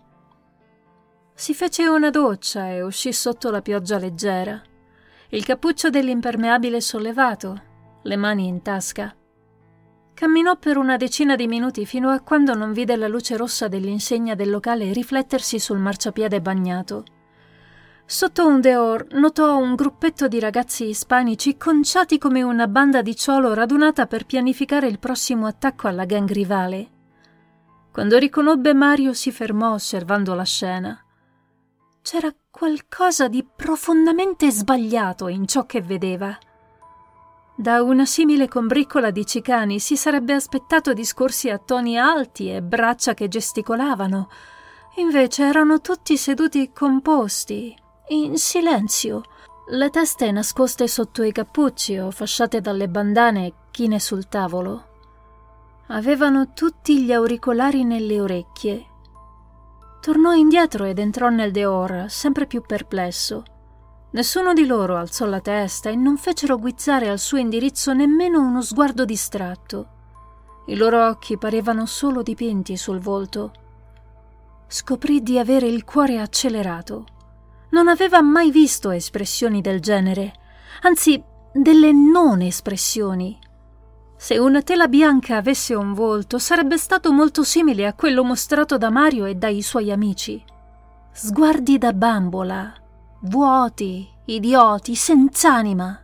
Si fece una doccia e uscì sotto la pioggia leggera, il cappuccio dell'impermeabile sollevato, le mani in tasca. Camminò per una decina di minuti fino a quando non vide la luce rossa dell'insegna del locale riflettersi sul marciapiede bagnato. Sotto un dehors notò un gruppetto di ragazzi ispanici conciati come una banda di ciolo radunata per pianificare il prossimo attacco alla gang rivale. Quando riconobbe Mario si fermò osservando la scena. C'era qualcosa di profondamente sbagliato in ciò che vedeva. Da una simile combriccola di cicani si sarebbe aspettato discorsi a toni alti e braccia che gesticolavano. Invece erano tutti seduti composti, in silenzio, le teste nascoste sotto i cappucci o fasciate dalle bandane chine sul tavolo. Avevano tutti gli auricolari nelle orecchie. Tornò indietro ed entrò nel dehors, sempre più perplesso. Nessuno di loro alzò la testa e non fecero guizzare al suo indirizzo nemmeno uno sguardo distratto. I loro occhi parevano solo dipinti sul volto. Scoprì di avere il cuore accelerato. Non aveva mai visto espressioni del genere, anzi delle non espressioni. Se una tela bianca avesse un volto, sarebbe stato molto simile a quello mostrato da Mario e dai suoi amici. Sguardi da bambola, vuoti, idioti, senz'anima.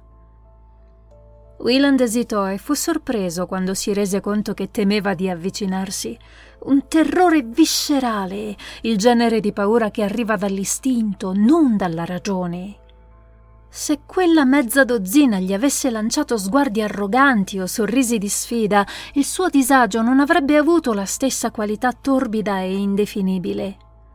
Wieland esitò e fu sorpreso quando si rese conto che temeva di avvicinarsi, un terrore viscerale, il genere di paura che arriva dall'istinto, non dalla ragione. Se quella mezza dozzina gli avesse lanciato sguardi arroganti o sorrisi di sfida, il suo disagio non avrebbe avuto la stessa qualità torbida e indefinibile.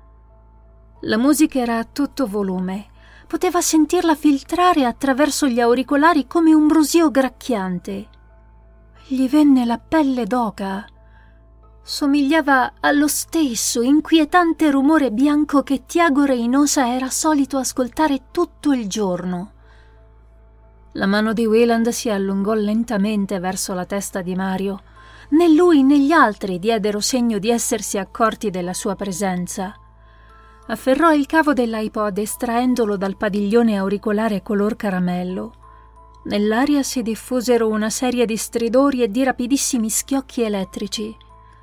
La musica era a tutto volume. Poteva sentirla filtrare attraverso gli auricolari come un brusio gracchiante. Gli venne la pelle d'oca. Somigliava allo stesso inquietante rumore bianco che Tiago Reynosa era solito ascoltare tutto il giorno. La mano di Wieland si allungò lentamente verso la testa di Mario. Né lui né gli altri diedero segno di essersi accorti della sua presenza. Afferrò il cavo dell'iPod estraendolo dal padiglione auricolare color caramello. Nell'aria si diffusero una serie di stridori e di rapidissimi schiocchi elettrici.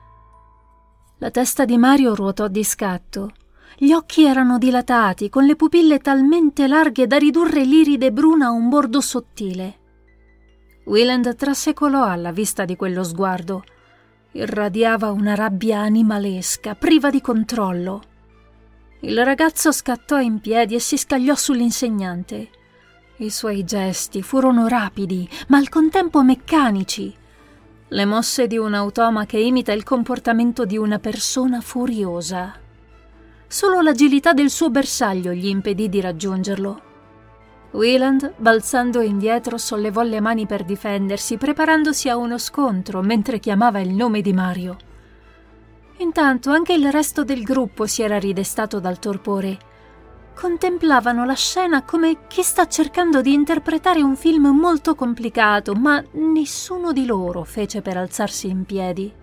La testa di Mario ruotò di scatto. Gli occhi erano dilatati, con le pupille talmente larghe da ridurre l'iride bruna a un bordo sottile. Wieland trasecolò alla vista di quello sguardo. Irradiava una rabbia animalesca, priva di controllo. Il ragazzo scattò in piedi e si scagliò sull'insegnante. I suoi gesti furono rapidi, ma al contempo meccanici. Le mosse di un automa che imita il comportamento di una persona furiosa. Solo l'agilità del suo bersaglio gli impedì di raggiungerlo. Wieland, balzando indietro, sollevò le mani per difendersi, preparandosi a uno scontro mentre chiamava il nome di Mario. Intanto anche il resto del gruppo si era ridestato dal torpore. Contemplavano la scena come chi sta cercando di interpretare un film molto complicato, ma nessuno di loro fece per alzarsi in piedi.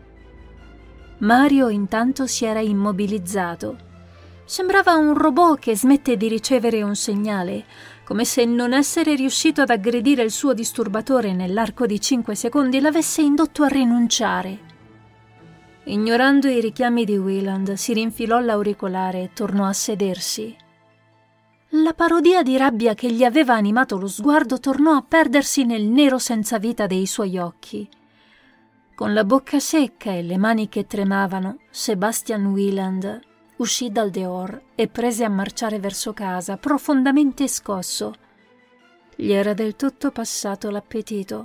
Mario intanto si era immobilizzato. Sembrava un robot che smette di ricevere un segnale, come se non essere riuscito ad aggredire il suo disturbatore nell'arco di cinque secondi l'avesse indotto a rinunciare. Ignorando i richiami di Wieland, si rinfilò l'auricolare e tornò a sedersi. La parodia di rabbia che gli aveva animato lo sguardo tornò a perdersi nel nero senza vita dei suoi occhi. Con la bocca secca e le mani che tremavano, Sebastian Wieland uscì dal dehors e prese a marciare verso casa, profondamente scosso. Gli era del tutto passato l'appetito.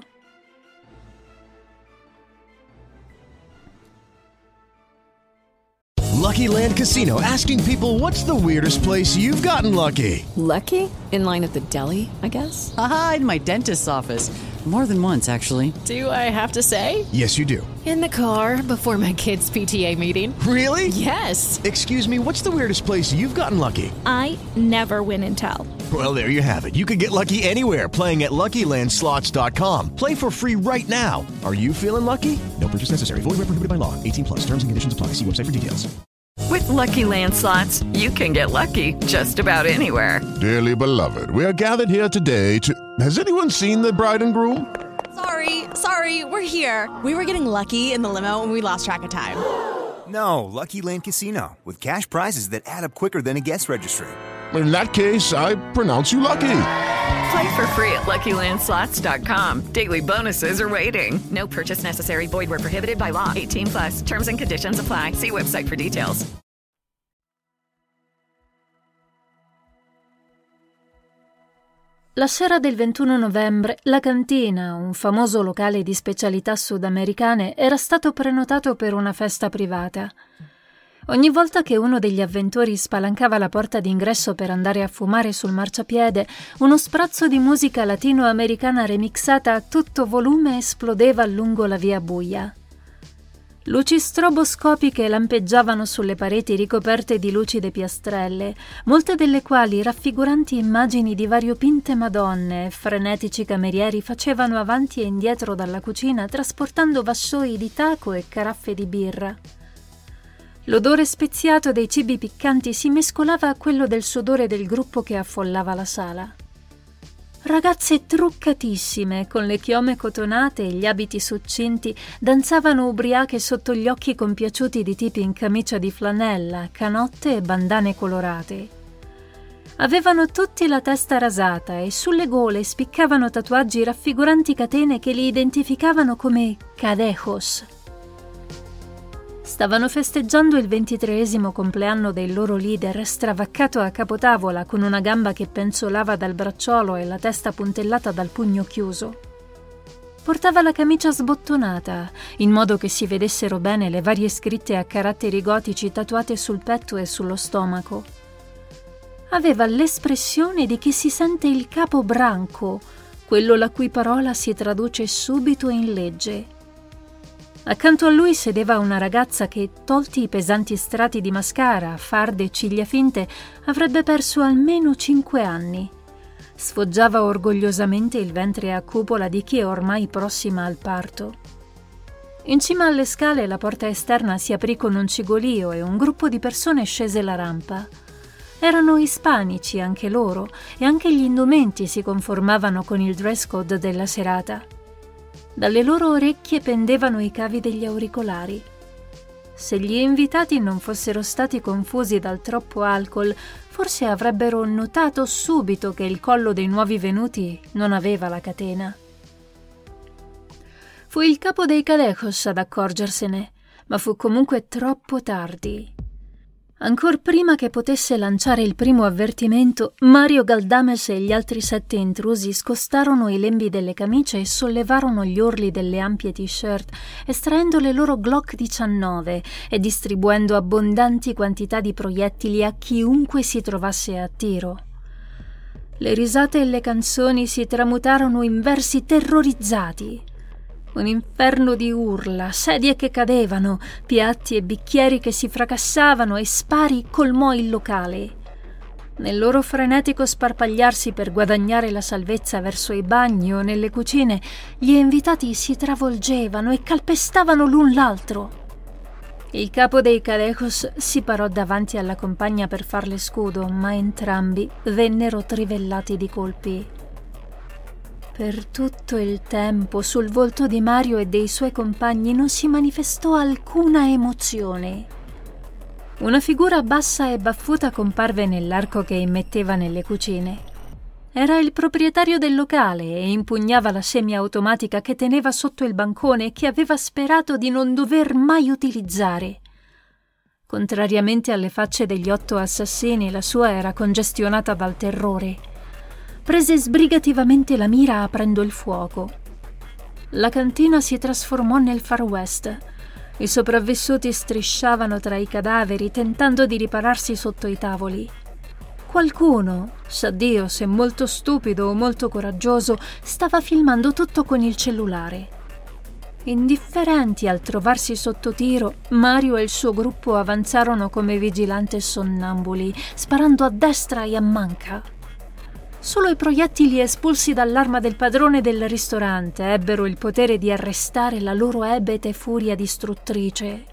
Lucky Land Casino, asking people, what's the weirdest place you've gotten lucky? Lucky? In line at the deli, I guess? Aha, in my dentist's office. More than once, actually. Do I have to say? Yes, you do. In the car before my kids' P T A meeting. Really? Yes. Excuse me, what's the weirdest place you've gotten lucky? I never win and tell. Well, there you have it. You can get lucky anywhere, playing at Lucky Land Slots dot com. Play for free right now. Are you feeling lucky? No purchase necessary. Void where prohibited by law. eighteen plus. Terms and conditions apply. See website for details. With Lucky Land Slots, you can get lucky just about anywhere. Dearly beloved, we are gathered here today to... Has anyone seen the bride and groom? Sorry, sorry, we're here. We were getting lucky in the limo and we lost track of time. No, Lucky Land Casino, with cash prizes that add up quicker than a guest registry. In that case, I pronounce you lucky. Play for free at Lucky Land Slots dot com. Daily bonuses are waiting. No purchase necessary. Void where prohibited by law. eighteen plus. Terms and conditions apply. See website for details. La sera del ventuno novembre, la Cantina, un famoso locale di specialità sudamericane, era stato prenotato per una festa privata. Ogni volta che uno degli avventori spalancava la porta d'ingresso per andare a fumare sul marciapiede, uno sprazzo di musica latinoamericana remixata a tutto volume esplodeva lungo la via buia. Luci stroboscopiche lampeggiavano sulle pareti ricoperte di lucide piastrelle, molte delle quali raffiguranti immagini di variopinte madonne e frenetici camerieri facevano avanti e indietro dalla cucina trasportando vassoi di taco e caraffe di birra. L'odore speziato dei cibi piccanti si mescolava a quello del sudore del gruppo che affollava la sala. Ragazze truccatissime, con le chiome cotonate e gli abiti succinti, danzavano ubriache sotto gli occhi compiaciuti di tipi in camicia di flanella, canotte e bandane colorate. Avevano tutti la testa rasata e sulle gole spiccavano tatuaggi raffiguranti catene che li identificavano come cadejos. Stavano festeggiando il ventitreesimo compleanno del loro leader, stravaccato a capotavola con una gamba che penzolava dal bracciolo e la testa puntellata dal pugno chiuso. Portava la camicia sbottonata, in modo che si vedessero bene le varie scritte a caratteri gotici tatuate sul petto e sullo stomaco. Aveva l'espressione di chi si sente il capo branco, quello la cui parola si traduce subito in legge. Accanto a lui sedeva una ragazza che, tolti i pesanti strati di mascara, farde e ciglia finte, avrebbe perso almeno cinque anni. Sfoggiava orgogliosamente il ventre a cupola di chi è ormai prossima al parto. In cima alle scale la porta esterna si aprì con un cigolio e un gruppo di persone scese la rampa. Erano ispanici anche loro, e anche gli indumenti si conformavano con il dress code della serata. Dalle loro orecchie pendevano i cavi degli auricolari. Se gli invitati non fossero stati confusi dal troppo alcol, forse avrebbero notato subito che il collo dei nuovi venuti non aveva la catena. Fu il capo dei Cadejos ad accorgersene, ma fu comunque troppo tardi. Ancor prima che potesse lanciare il primo avvertimento, Mario Galdames e gli altri sette intrusi scostarono i lembi delle camicie e sollevarono gli orli delle ampie t-shirt, estraendo le loro Glock diciannove e distribuendo abbondanti quantità di proiettili a chiunque si trovasse a tiro. Le risate e le canzoni si tramutarono in versi terrorizzati. Un inferno di urla, sedie che cadevano, piatti e bicchieri che si fracassavano e spari colmò il locale. Nel loro frenetico sparpagliarsi per guadagnare la salvezza verso i bagni o nelle cucine, gli invitati si travolgevano e calpestavano l'un l'altro. Il capo dei Cadejos si parò davanti alla compagna per farle scudo, ma entrambi vennero trivellati di colpi. Per tutto il tempo sul volto di Mario e dei suoi compagni non si manifestò alcuna emozione. Una figura bassa e baffuta comparve nell'arco che immetteva nelle cucine. Era il proprietario del locale e impugnava la semiautomatica che teneva sotto il bancone e che aveva sperato di non dover mai utilizzare. Contrariamente alle facce degli otto assassini, la sua era congestionata dal terrore. Prese sbrigativamente la mira aprendo il fuoco. La cantina si trasformò nel Far West. I sopravvissuti strisciavano tra i cadaveri tentando di ripararsi sotto i tavoli. Qualcuno, sa Dio se molto stupido o molto coraggioso, stava filmando tutto con il cellulare. Indifferenti al trovarsi sotto tiro, Mario e il suo gruppo avanzarono come vigilanti sonnambuli, sparando a destra e a manca. Solo i proiettili espulsi dall'arma del padrone del ristorante ebbero il potere di arrestare la loro ebete furia distruttrice.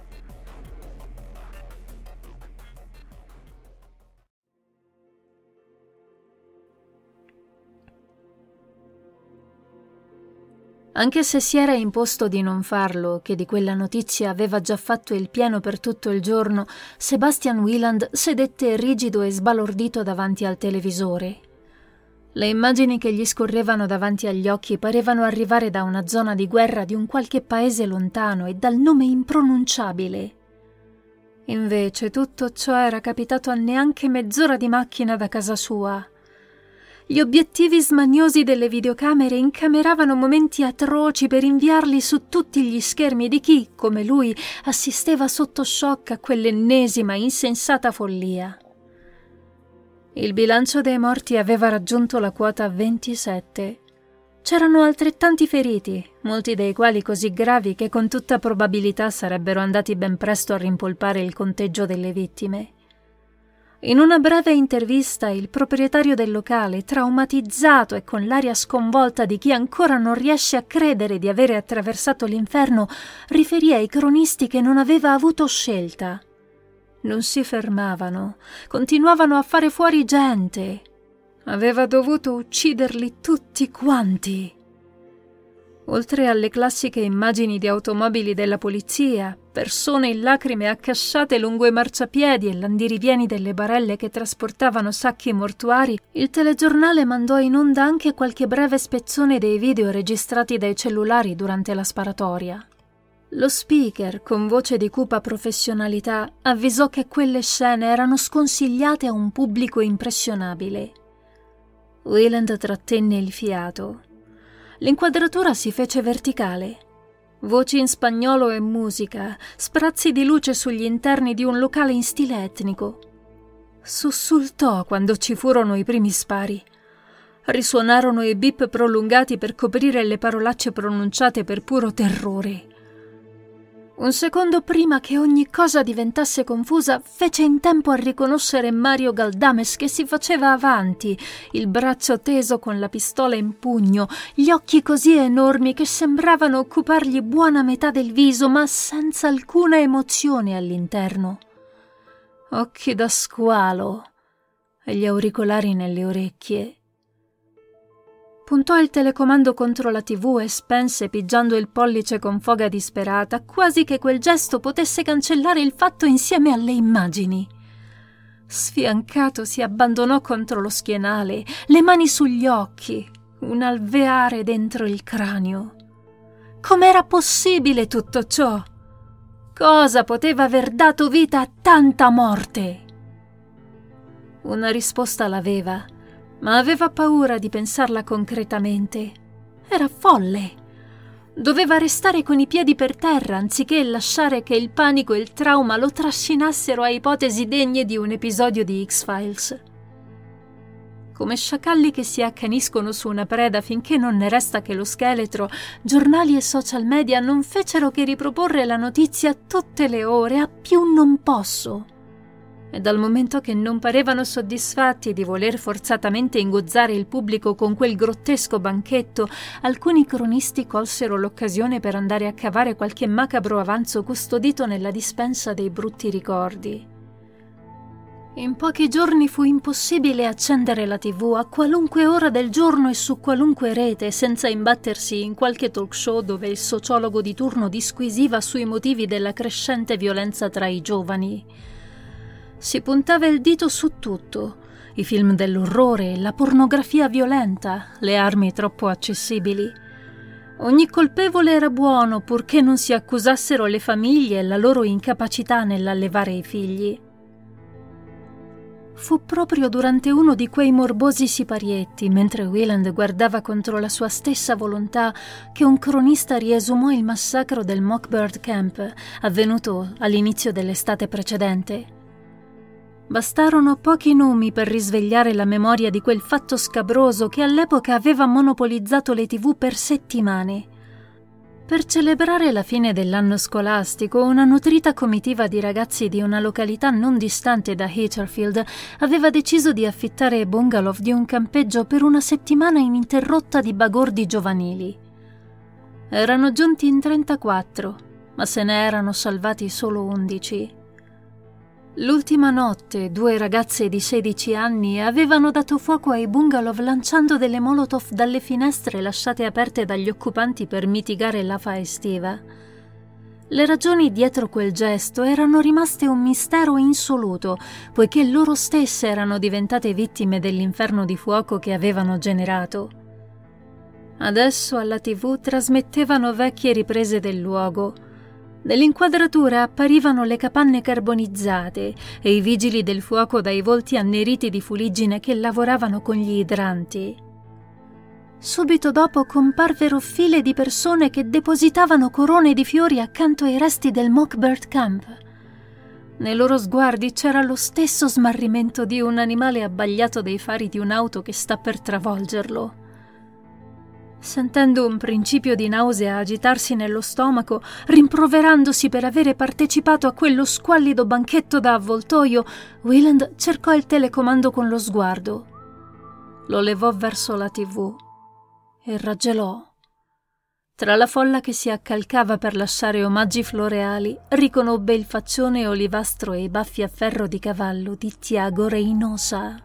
Anche se si era imposto di non farlo, che di quella notizia aveva già fatto il pieno per tutto il giorno, Sebastian Wieland sedette rigido e sbalordito davanti al televisore. Le immagini che gli scorrevano davanti agli occhi parevano arrivare da una zona di guerra di un qualche paese lontano e dal nome impronunciabile. Invece tutto ciò era capitato a neanche mezz'ora di macchina da casa sua. Gli obiettivi smaniosi delle videocamere incameravano momenti atroci per inviarli su tutti gli schermi di chi, come lui, assisteva sotto shock a quell'ennesima insensata follia. Il bilancio dei morti aveva raggiunto la quota ventisette. C'erano altrettanti feriti, molti dei quali così gravi che con tutta probabilità sarebbero andati ben presto a rimpolpare il conteggio delle vittime. In una breve intervista, il proprietario del locale, traumatizzato e con l'aria sconvolta di chi ancora non riesce a credere di avere attraversato l'inferno, riferì ai cronisti che non aveva avuto scelta. Non si fermavano, continuavano a fare fuori gente. Aveva dovuto ucciderli tutti quanti. Oltre alle classiche immagini di automobili della polizia, persone in lacrime accasciate lungo i marciapiedi e l'andirivieni delle barelle che trasportavano sacchi mortuari, il telegiornale mandò in onda anche qualche breve spezzone dei video registrati dai cellulari durante la sparatoria. Lo speaker, con voce di cupa professionalità, avvisò che quelle scene erano sconsigliate a un pubblico impressionabile. Wieland trattenne il fiato. L'inquadratura si fece verticale. Voci in spagnolo e musica, sprazzi di luce sugli interni di un locale in stile etnico. Sussultò quando ci furono i primi spari. Risuonarono i bip prolungati per coprire le parolacce pronunciate per puro terrore. Un secondo prima che ogni cosa diventasse confusa, fece in tempo a riconoscere Mario Galdames che si faceva avanti, il braccio teso con la pistola in pugno, gli occhi così enormi che sembravano occupargli buona metà del viso, ma senza alcuna emozione all'interno. Occhi da squalo e gli auricolari nelle orecchie. Puntò il telecomando contro la tivù e spense pigiando il pollice con foga disperata, quasi che quel gesto potesse cancellare il fatto insieme alle immagini. Sfiancato si abbandonò contro lo schienale, le mani sugli occhi, un alveare dentro il cranio. Com'era possibile tutto ciò? Cosa poteva aver dato vita a tanta morte? Una risposta l'aveva, ma aveva paura di pensarla concretamente. Era folle. Doveva restare con i piedi per terra anziché lasciare che il panico e il trauma lo trascinassero a ipotesi degne di un episodio di X-Files. Come sciacalli che si accaniscono su una preda finché non ne resta che lo scheletro, giornali e social media non fecero che riproporre la notizia tutte le ore a più non posso. E dal momento che non parevano soddisfatti di voler forzatamente ingozzare il pubblico con quel grottesco banchetto, alcuni cronisti colsero l'occasione per andare a cavare qualche macabro avanzo custodito nella dispensa dei brutti ricordi. In pochi giorni fu impossibile accendere la tivù a qualunque ora del giorno e su qualunque rete senza imbattersi in qualche talk show dove il sociologo di turno disquisiva sui motivi della crescente violenza tra i giovani. Si puntava il dito su tutto: i film dell'orrore, la pornografia violenta, le armi troppo accessibili. Ogni colpevole era buono purché non si accusassero le famiglie e la loro incapacità nell'allevare i figli. Fu proprio durante uno di quei morbosi siparietti, mentre Wieland guardava contro la sua stessa volontà, che un cronista riesumò il massacro del Mockbird Camp, avvenuto all'inizio dell'estate precedente. Bastarono pochi nomi per risvegliare la memoria di quel fatto scabroso che all'epoca aveva monopolizzato le tivù per settimane. Per celebrare la fine dell'anno scolastico, una nutrita comitiva di ragazzi di una località non distante da Heatherfield aveva deciso di affittare bungalow di un campeggio per una settimana ininterrotta di bagordi giovanili. Erano giunti in trentaquattro, ma se ne erano salvati solo undici. L'ultima notte due ragazze di sedici anni avevano dato fuoco ai bungalow lanciando delle molotov dalle finestre lasciate aperte dagli occupanti per mitigare l'afa estiva. Le ragioni dietro quel gesto erano rimaste un mistero insoluto, poiché loro stesse erano diventate vittime dell'inferno di fuoco che avevano generato. Adesso alla tivù trasmettevano vecchie riprese del luogo. Nell'inquadratura apparivano le capanne carbonizzate e i vigili del fuoco dai volti anneriti di fuliggine che lavoravano con gli idranti. Subito dopo comparvero file di persone che depositavano corone di fiori accanto ai resti del Mockbird Camp. Nei loro sguardi c'era lo stesso smarrimento di un animale abbagliato dai fari di un'auto che sta per travolgerlo. Sentendo un principio di nausea agitarsi nello stomaco, rimproverandosi per avere partecipato a quello squallido banchetto da avvoltoio, Wieland cercò il telecomando con lo sguardo. Lo levò verso la tivù e raggelò. Tra la folla che si accalcava per lasciare omaggi floreali, riconobbe il faccione olivastro e i baffi a ferro di cavallo di Tiago Reynosa.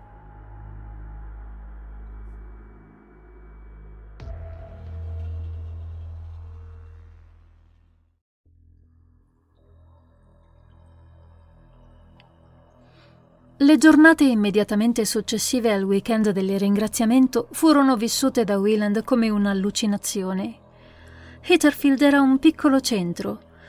Le giornate immediatamente successive al weekend del ringraziamento furono vissute da Wieland come un'allucinazione. Heatherfield era un piccolo centro.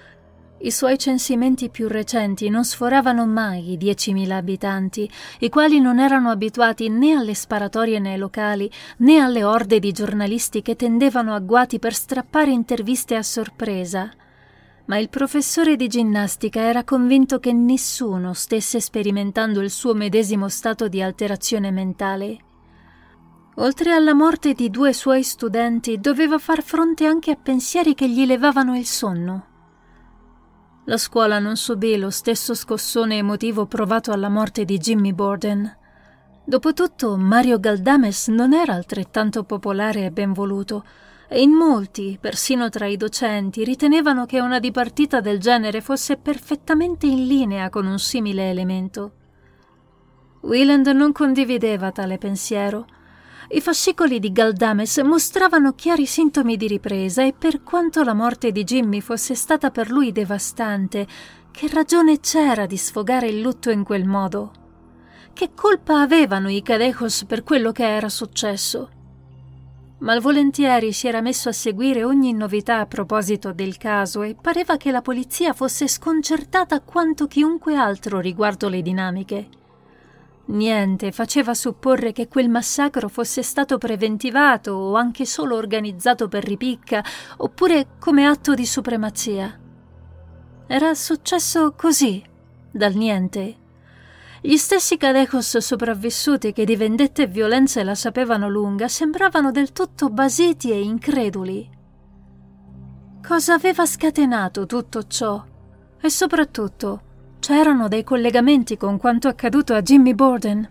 I suoi censimenti più recenti non sforavano mai i diecimila abitanti, i quali non erano abituati né alle sparatorie nei locali né alle orde di giornalisti che tendevano agguati per strappare interviste a sorpresa. Ma il professore di ginnastica era convinto che nessuno stesse sperimentando il suo medesimo stato di alterazione mentale. Oltre alla morte di due suoi studenti, doveva far fronte anche a pensieri che gli levavano il sonno. La scuola non subì lo stesso scossone emotivo provato alla morte di Jimmy Borden. Dopotutto, Mario Galdames non era altrettanto popolare e ben voluto, e in molti, persino tra i docenti, ritenevano che una dipartita del genere fosse perfettamente in linea con un simile elemento. Wieland non condivideva tale pensiero. I fascicoli di Galdames mostravano chiari sintomi di ripresa e per quanto la morte di Jimmy fosse stata per lui devastante, che ragione c'era di sfogare il lutto in quel modo? Che colpa avevano i Cadejos per quello che era successo? Malvolentieri si era messo a seguire ogni novità a proposito del caso e pareva che la polizia fosse sconcertata quanto chiunque altro riguardo le dinamiche. Niente faceva supporre che quel massacro fosse stato preventivato o anche solo organizzato per ripicca, oppure come atto di supremazia. Era successo così, dal niente. Gli stessi Cadejos sopravvissuti che di vendette e violenze la sapevano lunga sembravano del tutto basiti e increduli. Cosa aveva scatenato tutto ciò? E soprattutto, c'erano dei collegamenti con quanto accaduto a Jimmy Borden?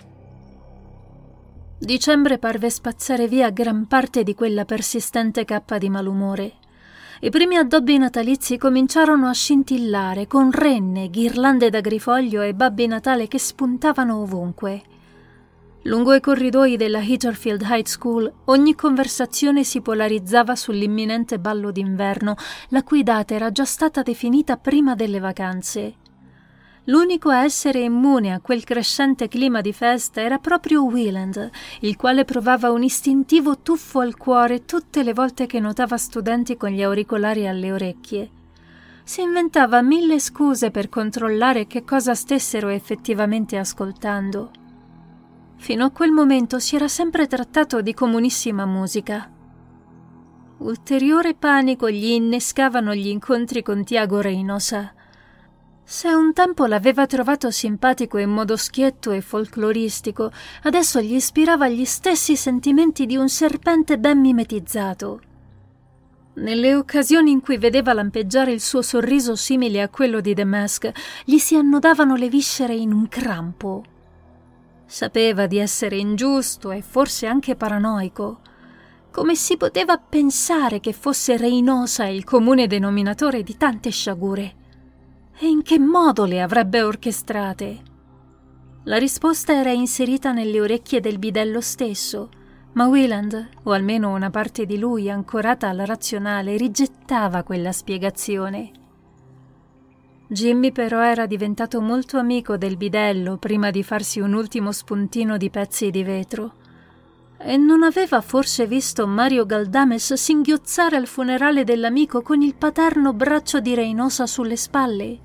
Dicembre parve spazzare via gran parte di quella persistente cappa di malumore. I primi addobbi natalizi cominciarono a scintillare con renne, ghirlande d'agrifoglio e babbi Natale che spuntavano ovunque. Lungo i corridoi della Heatherfield High School ogni conversazione si polarizzava sull'imminente ballo d'inverno, la cui data era già stata definita prima delle vacanze. L'unico a essere immune a quel crescente clima di festa era proprio Wieland, il quale provava un istintivo tuffo al cuore tutte le volte che notava studenti con gli auricolari alle orecchie. Si inventava mille scuse per controllare che cosa stessero effettivamente ascoltando. Fino a quel momento si era sempre trattato di comunissima musica. Ulteriore panico gli innescavano gli incontri con Tiago Reynosa. Se un tempo l'aveva trovato simpatico in modo schietto e folcloristico, adesso gli ispirava gli stessi sentimenti di un serpente ben mimetizzato. Nelle occasioni in cui vedeva lampeggiare il suo sorriso simile a quello di The Mask, gli si annodavano le viscere in un crampo. Sapeva di essere ingiusto e forse anche paranoico. Come si poteva pensare che fosse Reynosa il comune denominatore di tante sciagure? E in che modo le avrebbe orchestrate? La risposta era inserita nelle orecchie del bidello stesso, ma Wieland, o almeno una parte di lui ancorata alla razionale, rigettava quella spiegazione. Jimmy però era diventato molto amico del bidello prima di farsi un ultimo spuntino di pezzi di vetro. E non aveva forse visto Mario Galdames singhiozzare al funerale dell'amico con il paterno braccio di Reynosa sulle spalle?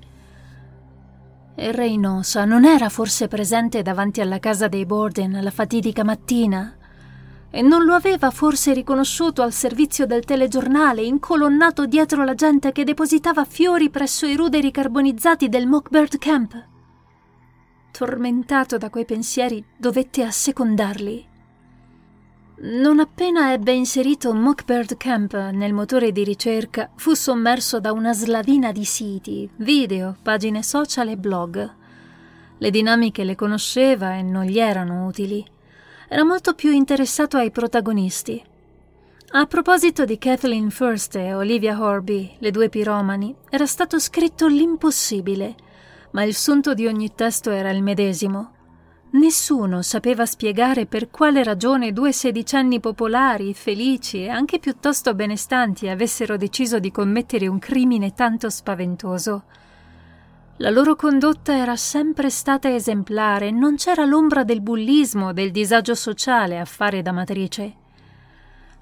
E Reynosa non era forse presente davanti alla casa dei Borden la fatidica mattina? E non lo aveva forse riconosciuto al servizio del telegiornale, incolonnato dietro la gente che depositava fiori presso i ruderi carbonizzati del Mockbird Camp? Tormentato da quei pensieri, dovette assecondarli. Non appena ebbe inserito Mockbird Camp nel motore di ricerca, fu sommerso da una slavina di siti, video, pagine social e blog. Le dinamiche le conosceva e non gli erano utili. Era molto più interessato ai protagonisti. A proposito di Kathleen First e Olivia Horby, le due piromani, era stato scritto l'impossibile, ma il sunto di ogni testo era il medesimo. Nessuno sapeva spiegare per quale ragione due sedicenni popolari, felici e anche piuttosto benestanti avessero deciso di commettere un crimine tanto spaventoso. La loro condotta era sempre stata esemplare, non c'era l'ombra del bullismo o del disagio sociale a fare da matrice.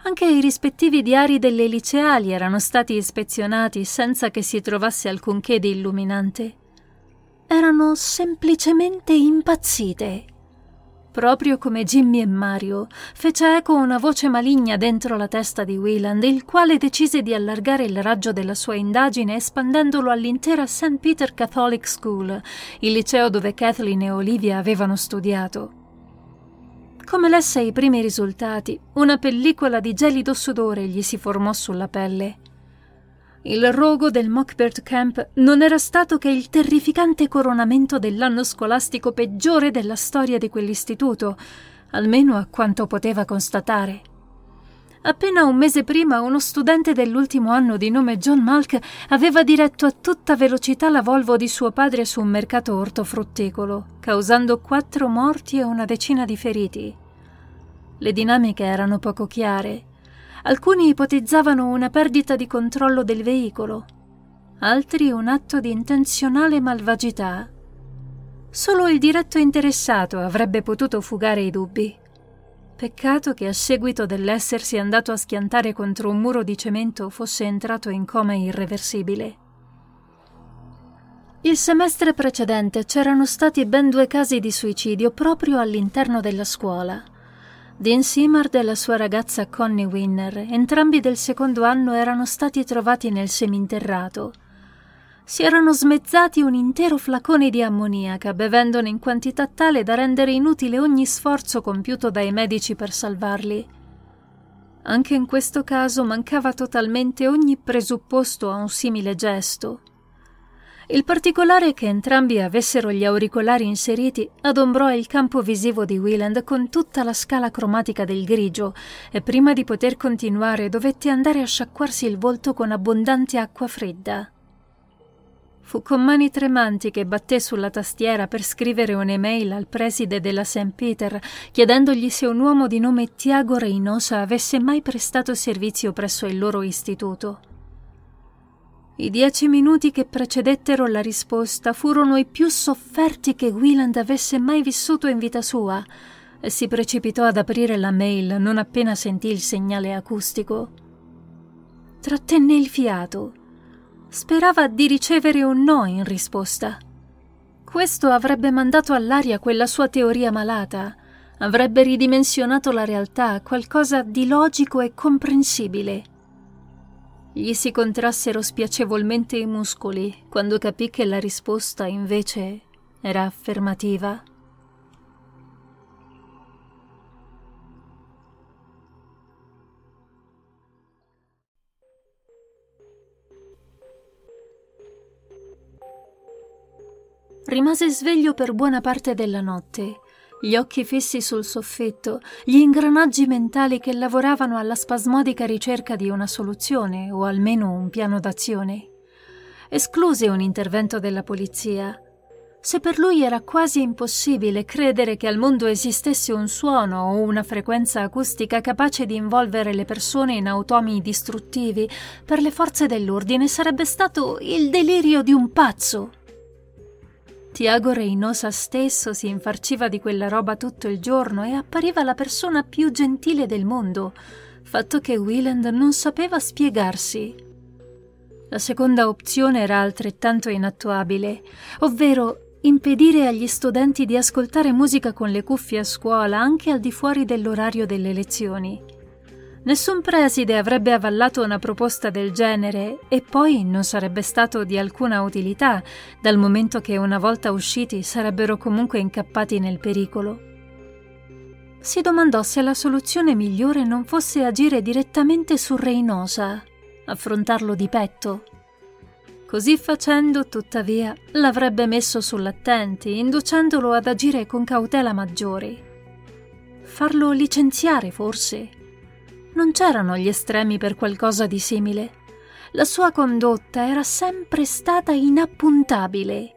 Anche i rispettivi diari delle liceali erano stati ispezionati senza che si trovasse alcunché di illuminante. Erano semplicemente impazzite. Proprio come Jimmy e Mario, fece eco una voce maligna dentro la testa di Wieland, il quale decise di allargare il raggio della sua indagine espandendolo all'intera Saint Peter Catholic School, il liceo dove Kathleen e Olivia avevano studiato. Come lesse i primi risultati, una pellicola di gelido sudore gli si formò sulla pelle. Il rogo del Mockbird Camp non era stato che il terrificante coronamento dell'anno scolastico peggiore della storia di quell'istituto, almeno a quanto poteva constatare. Appena un mese prima uno studente dell'ultimo anno di nome John Malk aveva diretto a tutta velocità la Volvo di suo padre su un mercato ortofrutticolo, causando quattro morti e una decina di feriti. Le dinamiche erano poco chiare. Alcuni ipotizzavano una perdita di controllo del veicolo, altri un atto di intenzionale malvagità. Solo il diretto interessato avrebbe potuto fugare i dubbi. Peccato che a seguito dell'essersi andato a schiantare contro un muro di cemento fosse entrato in coma irreversibile. Il semestre precedente c'erano stati ben due casi di suicidio proprio all'interno della scuola. Dean Simard e la sua ragazza Connie Winner, entrambi del secondo anno, erano stati trovati nel seminterrato. Si erano smezzati un intero flacone di ammoniaca, bevendone in quantità tale da rendere inutile ogni sforzo compiuto dai medici per salvarli. Anche in questo caso mancava totalmente ogni presupposto a un simile gesto. Il particolare è che entrambi avessero gli auricolari inseriti adombrò il campo visivo di Wieland con tutta la scala cromatica del grigio e prima di poter continuare dovette andare a sciacquarsi il volto con abbondante acqua fredda. Fu con mani tremanti che batté sulla tastiera per scrivere un'email al preside della Saint Peter chiedendogli se un uomo di nome Tiago Reynosa avesse mai prestato servizio presso il loro istituto. I dieci minuti che precedettero la risposta furono i più sofferti che Wieland avesse mai vissuto in vita sua e si precipitò ad aprire la mail non appena sentì il segnale acustico. Trattenne il fiato. Sperava di ricevere un no in risposta. Questo avrebbe mandato all'aria quella sua teoria malata, avrebbe ridimensionato la realtà a qualcosa di logico e comprensibile. Gli si contrassero spiacevolmente i muscoli quando capì che la risposta invece era affermativa. Rimase sveglio per buona parte della notte, gli occhi fissi sul soffitto, gli ingranaggi mentali che lavoravano alla spasmodica ricerca di una soluzione o almeno un piano d'azione. Escluse un intervento della polizia. Se per lui era quasi impossibile credere che al mondo esistesse un suono o una frequenza acustica capace di involvere le persone in automi distruttivi, per le forze dell'ordine sarebbe stato il delirio di un pazzo. Tiago Reynosa stesso si infarciva di quella roba tutto il giorno e appariva la persona più gentile del mondo, fatto che Wieland non sapeva spiegarsi. La seconda opzione era altrettanto inattuabile, ovvero impedire agli studenti di ascoltare musica con le cuffie a scuola anche al di fuori dell'orario delle lezioni. Nessun preside avrebbe avallato una proposta del genere e poi non sarebbe stato di alcuna utilità, dal momento che una volta usciti sarebbero comunque incappati nel pericolo. Si domandò se la soluzione migliore non fosse agire direttamente su Reynosa, affrontarlo di petto. Così facendo, tuttavia, l'avrebbe messo sull'attenti, inducendolo ad agire con cautela maggiore. Farlo licenziare, forse? Non c'erano gli estremi per qualcosa di simile. La sua condotta era sempre stata inappuntabile.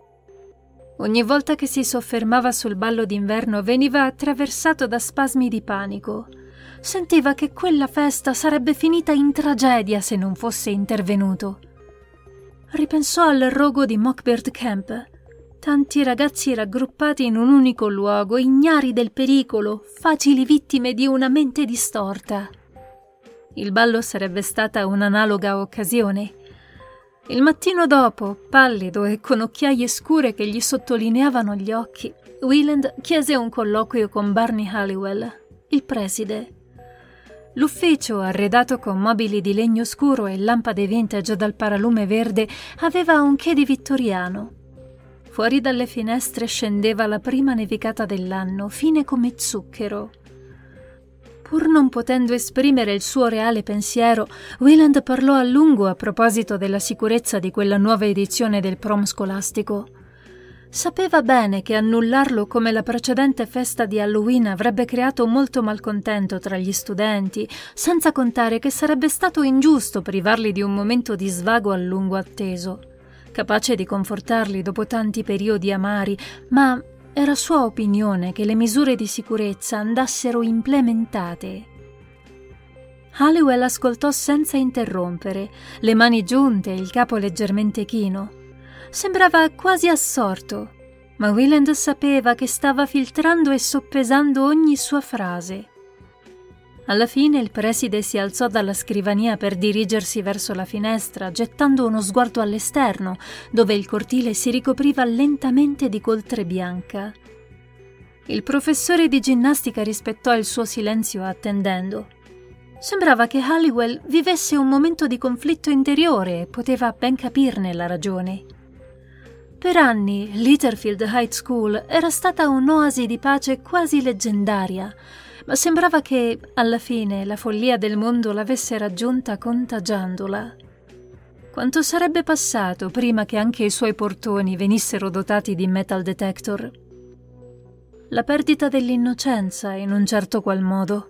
Ogni volta che si soffermava sul ballo d'inverno veniva attraversato da spasmi di panico. Sentiva che quella festa sarebbe finita in tragedia se non fosse intervenuto. Ripensò al rogo di Mockbird Camp. Tanti ragazzi raggruppati in un unico luogo, ignari del pericolo, facili vittime di una mente distorta. Il ballo sarebbe stata un'analoga occasione. Il mattino dopo, pallido e con occhiaie scure che gli sottolineavano gli occhi, Wieland chiese un colloquio con Barney Halliwell, il preside. L'ufficio, arredato con mobili di legno scuro e lampade vintage dal paralume verde, aveva un che di vittoriano. Fuori dalle finestre scendeva la prima nevicata dell'anno, fine come zucchero. Pur non potendo esprimere il suo reale pensiero, Wieland parlò a lungo a proposito della sicurezza di quella nuova edizione del prom scolastico. Sapeva bene che annullarlo come la precedente festa di Halloween avrebbe creato molto malcontento tra gli studenti, senza contare che sarebbe stato ingiusto privarli di un momento di svago a lungo atteso, capace di confortarli dopo tanti periodi amari, ma era sua opinione che le misure di sicurezza andassero implementate. Halliwell ascoltò senza interrompere, le mani giunte e il capo leggermente chino. Sembrava quasi assorto, ma Wieland sapeva che stava filtrando e soppesando ogni sua frase. Alla fine il preside si alzò dalla scrivania per dirigersi verso la finestra, gettando uno sguardo all'esterno, dove il cortile si ricopriva lentamente di coltre bianca. Il professore di ginnastica rispettò il suo silenzio attendendo. Sembrava che Halliwell vivesse un momento di conflitto interiore e poteva ben capirne la ragione. Per anni Litterfield High School era stata un'oasi di pace quasi leggendaria, ma sembrava che, alla fine, la follia del mondo l'avesse raggiunta contagiandola. Quanto sarebbe passato prima che anche i suoi portoni venissero dotati di metal detector? La perdita dell'innocenza, in un certo qual modo.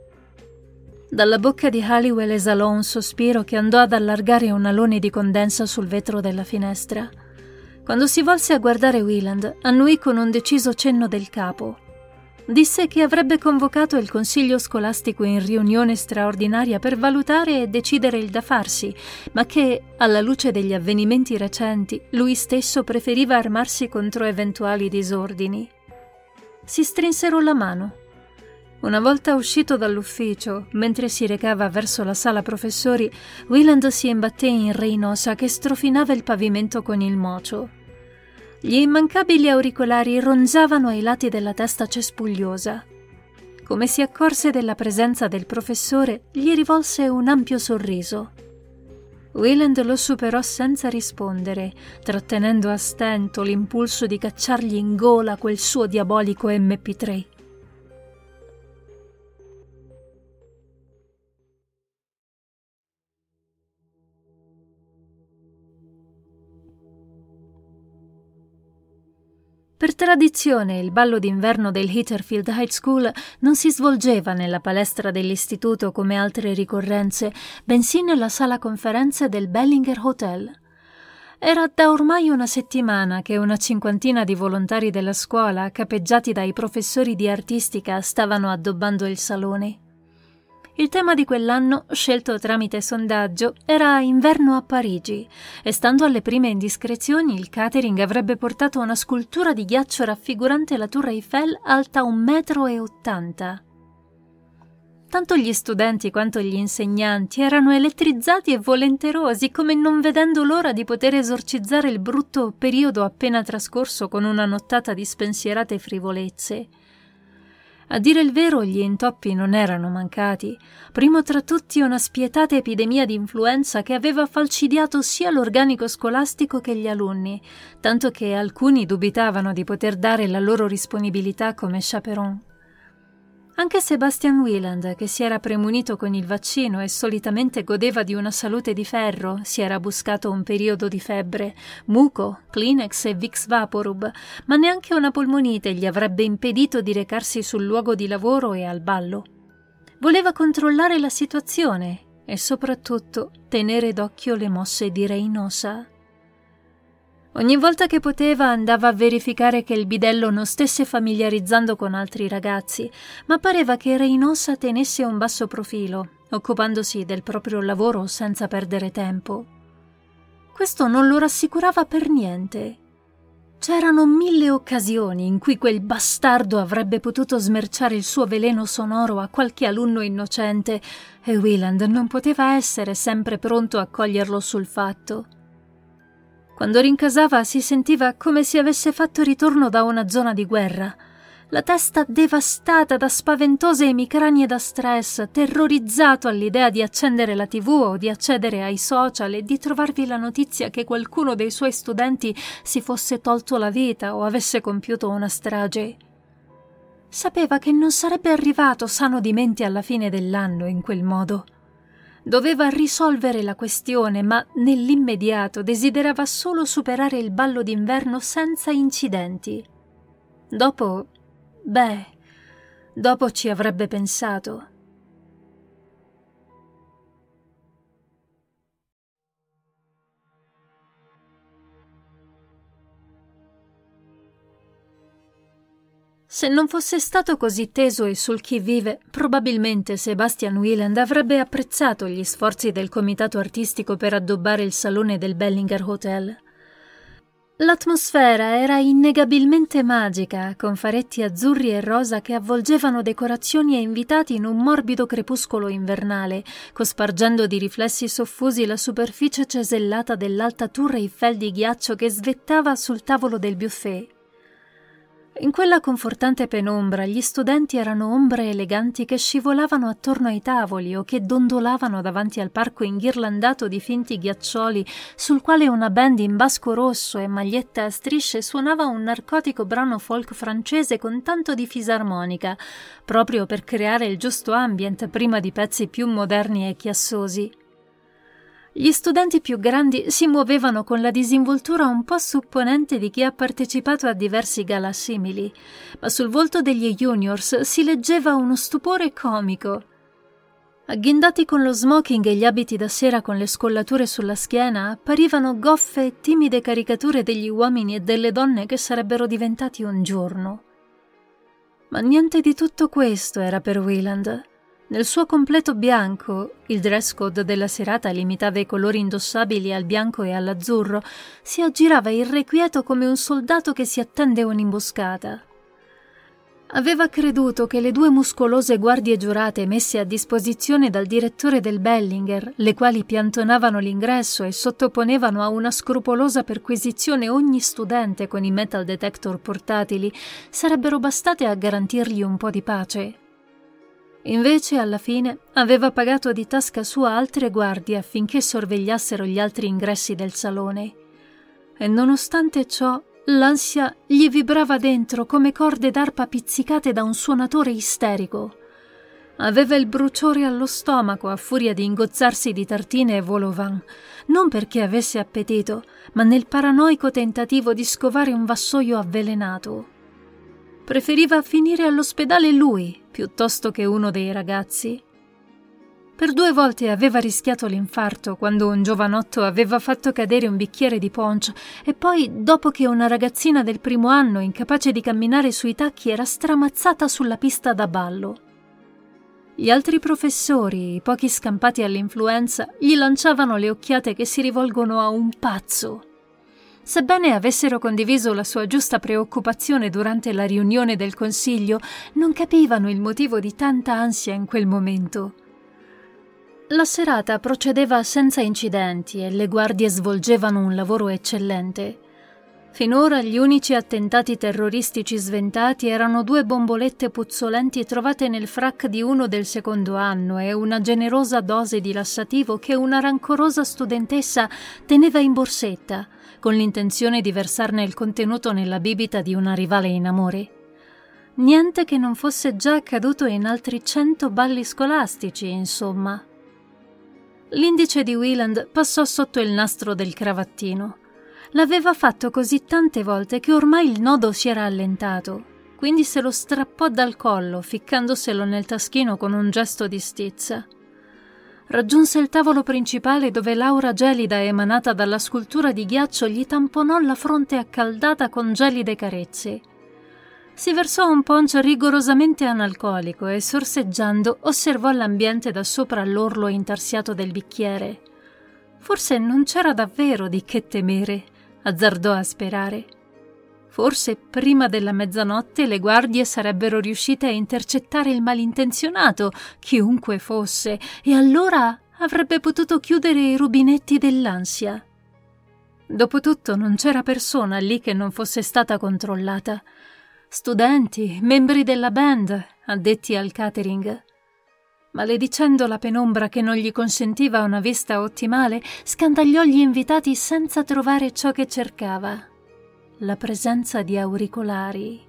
Dalla bocca di Halliwell esalò un sospiro che andò ad allargare un alone di condensa sul vetro della finestra. Quando si volse a guardare Wieland, annuì con un deciso cenno del capo. Disse che avrebbe convocato il consiglio scolastico in riunione straordinaria per valutare e decidere il da farsi, ma che, alla luce degli avvenimenti recenti, lui stesso preferiva armarsi contro eventuali disordini. Si strinsero la mano. Una volta uscito dall'ufficio, mentre si recava verso la sala professori, Wieland si imbatté in Reynosa che strofinava il pavimento con il mocio. Gli immancabili auricolari ronzavano ai lati della testa cespugliosa. Come si accorse della presenza del professore, gli rivolse un ampio sorriso. Wieland lo superò senza rispondere, trattenendo a stento l'impulso di cacciargli in gola quel suo diabolico emme pi tre. Per tradizione, il ballo d'inverno del Hitterfield High School non si svolgeva nella palestra dell'istituto come altre ricorrenze, bensì nella sala conferenze del Bellinger Hotel. Era da ormai una settimana che una cinquantina di volontari della scuola, capeggiati dai professori di artistica, stavano addobbando il salone. Il tema di quell'anno, scelto tramite sondaggio, era Inverno a Parigi, e stando alle prime indiscrezioni il catering avrebbe portato una scultura di ghiaccio raffigurante la Tour Eiffel alta un metro e ottanta. Tanto gli studenti quanto gli insegnanti erano elettrizzati e volenterosi, come non vedendo l'ora di poter esorcizzare il brutto periodo appena trascorso con una nottata di spensierate frivolezze. A dire il vero, gli intoppi non erano mancati, primo tra tutti una spietata epidemia di influenza che aveva falcidiato sia l'organico scolastico che gli alunni, tanto che alcuni dubitavano di poter dare la loro disponibilità come chaperon. Anche Sebastian Wieland, che si era premunito con il vaccino e solitamente godeva di una salute di ferro, si era buscato un periodo di febbre, muco, Kleenex e Vicks Vaporub, ma neanche una polmonite gli avrebbe impedito di recarsi sul luogo di lavoro e al ballo. Voleva controllare la situazione e soprattutto tenere d'occhio le mosse di Reynosa. Ogni volta che poteva andava a verificare che il bidello non stesse familiarizzando con altri ragazzi, ma pareva che Reynosa tenesse un basso profilo, occupandosi del proprio lavoro senza perdere tempo. Questo non lo rassicurava per niente. C'erano mille occasioni in cui quel bastardo avrebbe potuto smerciare il suo veleno sonoro a qualche alunno innocente e Wieland non poteva essere sempre pronto a coglierlo sul fatto. Quando rincasava si sentiva come se avesse fatto ritorno da una zona di guerra, la testa devastata da spaventose emicranie da stress, terrorizzato all'idea di accendere la tivù o di accedere ai social e di trovarvi la notizia che qualcuno dei suoi studenti si fosse tolto la vita o avesse compiuto una strage. Sapeva che non sarebbe arrivato sano di mente alla fine dell'anno in quel modo. Doveva risolvere la questione, ma nell'immediato desiderava solo superare il ballo d'inverno senza incidenti. Dopo... Beh, dopo ci avrebbe pensato. Se non fosse stato così teso e sul chi vive, probabilmente Sebastian Wieland avrebbe apprezzato gli sforzi del comitato artistico per addobbare il salone del Bellinger Hotel. L'atmosfera era innegabilmente magica, con faretti azzurri e rosa che avvolgevano decorazioni e invitati in un morbido crepuscolo invernale, cospargendo di riflessi soffusi la superficie cesellata dell'alta Tour Eiffel di ghiaccio che svettava sul tavolo del buffet. In quella confortante penombra gli studenti erano ombre eleganti che scivolavano attorno ai tavoli o che dondolavano davanti al parco inghirlandato di finti ghiaccioli sul quale una band in basco rosso e maglietta a strisce suonava un narcotico brano folk francese con tanto di fisarmonica, proprio per creare il giusto ambient prima di pezzi più moderni e chiassosi. Gli studenti più grandi si muovevano con la disinvoltura un po' supponente di chi ha partecipato a diversi gala simili, ma sul volto degli juniors si leggeva uno stupore comico. Agghindati con lo smoking e gli abiti da sera con le scollature sulla schiena, apparivano goffe e timide caricature degli uomini e delle donne che sarebbero diventati un giorno. Ma niente di tutto questo era per Wieland. Nel suo completo bianco, il dress code della serata limitava i colori indossabili al bianco e all'azzurro, si aggirava irrequieto come un soldato che si attende un'imboscata. Aveva creduto che le due muscolose guardie giurate messe a disposizione dal direttore del Bellinger, le quali piantonavano l'ingresso e sottoponevano a una scrupolosa perquisizione ogni studente con i metal detector portatili, sarebbero bastate a garantirgli un po' di pace. Invece, alla fine, aveva pagato di tasca sua altre guardie affinché sorvegliassero gli altri ingressi del salone. E nonostante ciò, l'ansia gli vibrava dentro come corde d'arpa pizzicate da un suonatore isterico. Aveva il bruciore allo stomaco a furia di ingozzarsi di tartine e vol au vent, non perché avesse appetito, ma nel paranoico tentativo di scovare un vassoio avvelenato. Preferiva finire all'ospedale lui, piuttosto che uno dei ragazzi. Per due volte aveva rischiato l'infarto quando un giovanotto aveva fatto cadere un bicchiere di punch e poi, dopo che una ragazzina del primo anno, incapace di camminare sui tacchi, era stramazzata sulla pista da ballo. Gli altri professori, i pochi scampati all'influenza, gli lanciavano le occhiate che si rivolgono a un pazzo. Sebbene avessero condiviso la sua giusta preoccupazione durante la riunione del consiglio, non capivano il motivo di tanta ansia in quel momento. La serata procedeva senza incidenti e le guardie svolgevano un lavoro eccellente. Finora gli unici attentati terroristici sventati erano due bombolette puzzolenti trovate nel frac di uno del secondo anno e una generosa dose di lassativo che una rancorosa studentessa teneva in borsetta, con l'intenzione di versarne il contenuto nella bibita di una rivale in amore. Niente che non fosse già accaduto in altri cento balli scolastici, insomma. L'indice di Wieland passò sotto il nastro del cravattino. L'aveva fatto così tante volte che ormai il nodo si era allentato, quindi se lo strappò dal collo, ficcandoselo nel taschino con un gesto di stizza. Raggiunse il tavolo principale dove l'aura gelida emanata dalla scultura di ghiaccio gli tamponò la fronte accaldata con gelide carezze. Si versò un punch rigorosamente analcolico e, sorseggiando, osservò l'ambiente da sopra l'orlo intarsiato del bicchiere. Forse non c'era davvero di che temere, azzardò a sperare. Forse prima della mezzanotte le guardie sarebbero riuscite a intercettare il malintenzionato, chiunque fosse, e allora avrebbe potuto chiudere i rubinetti dell'ansia. Dopotutto non c'era persona lì che non fosse stata controllata. Studenti, membri della band, addetti al catering. Maledicendo la penombra che non gli consentiva una vista ottimale, scandagliò gli invitati senza trovare ciò che cercava: la presenza di auricolari.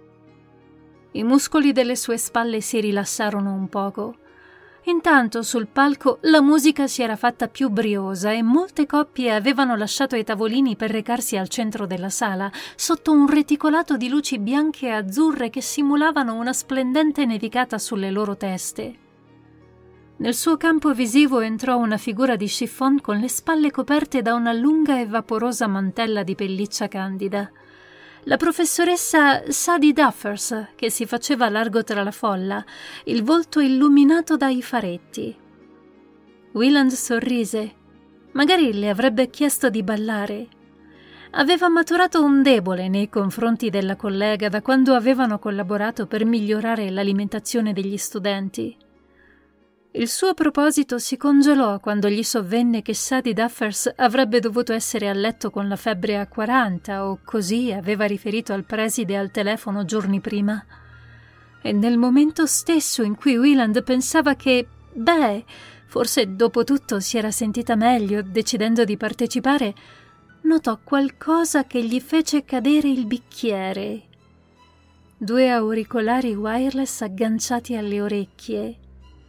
I muscoli delle sue spalle si rilassarono un poco. Intanto sul palco la musica si era fatta più briosa e molte coppie avevano lasciato i tavolini per recarsi al centro della sala, sotto un reticolato di luci bianche e azzurre che simulavano una splendente nevicata sulle loro teste. Nel suo campo visivo entrò una figura di chiffon con le spalle coperte da una lunga e vaporosa mantella di pelliccia candida. La professoressa Sadie Duffers, che si faceva largo tra la folla, il volto illuminato dai faretti. Wieland sorrise. Magari le avrebbe chiesto di ballare. Aveva maturato un debole nei confronti della collega da quando avevano collaborato per migliorare l'alimentazione degli studenti. Il suo proposito si congelò quando gli sovvenne che Sadie Duffers avrebbe dovuto essere a letto con la febbre a quaranta, o così aveva riferito al preside al telefono giorni prima. E nel momento stesso in cui Wieland pensava che, beh, forse dopo tutto si era sentita meglio decidendo di partecipare, notò qualcosa che gli fece cadere il bicchiere. Due auricolari wireless agganciati alle orecchie.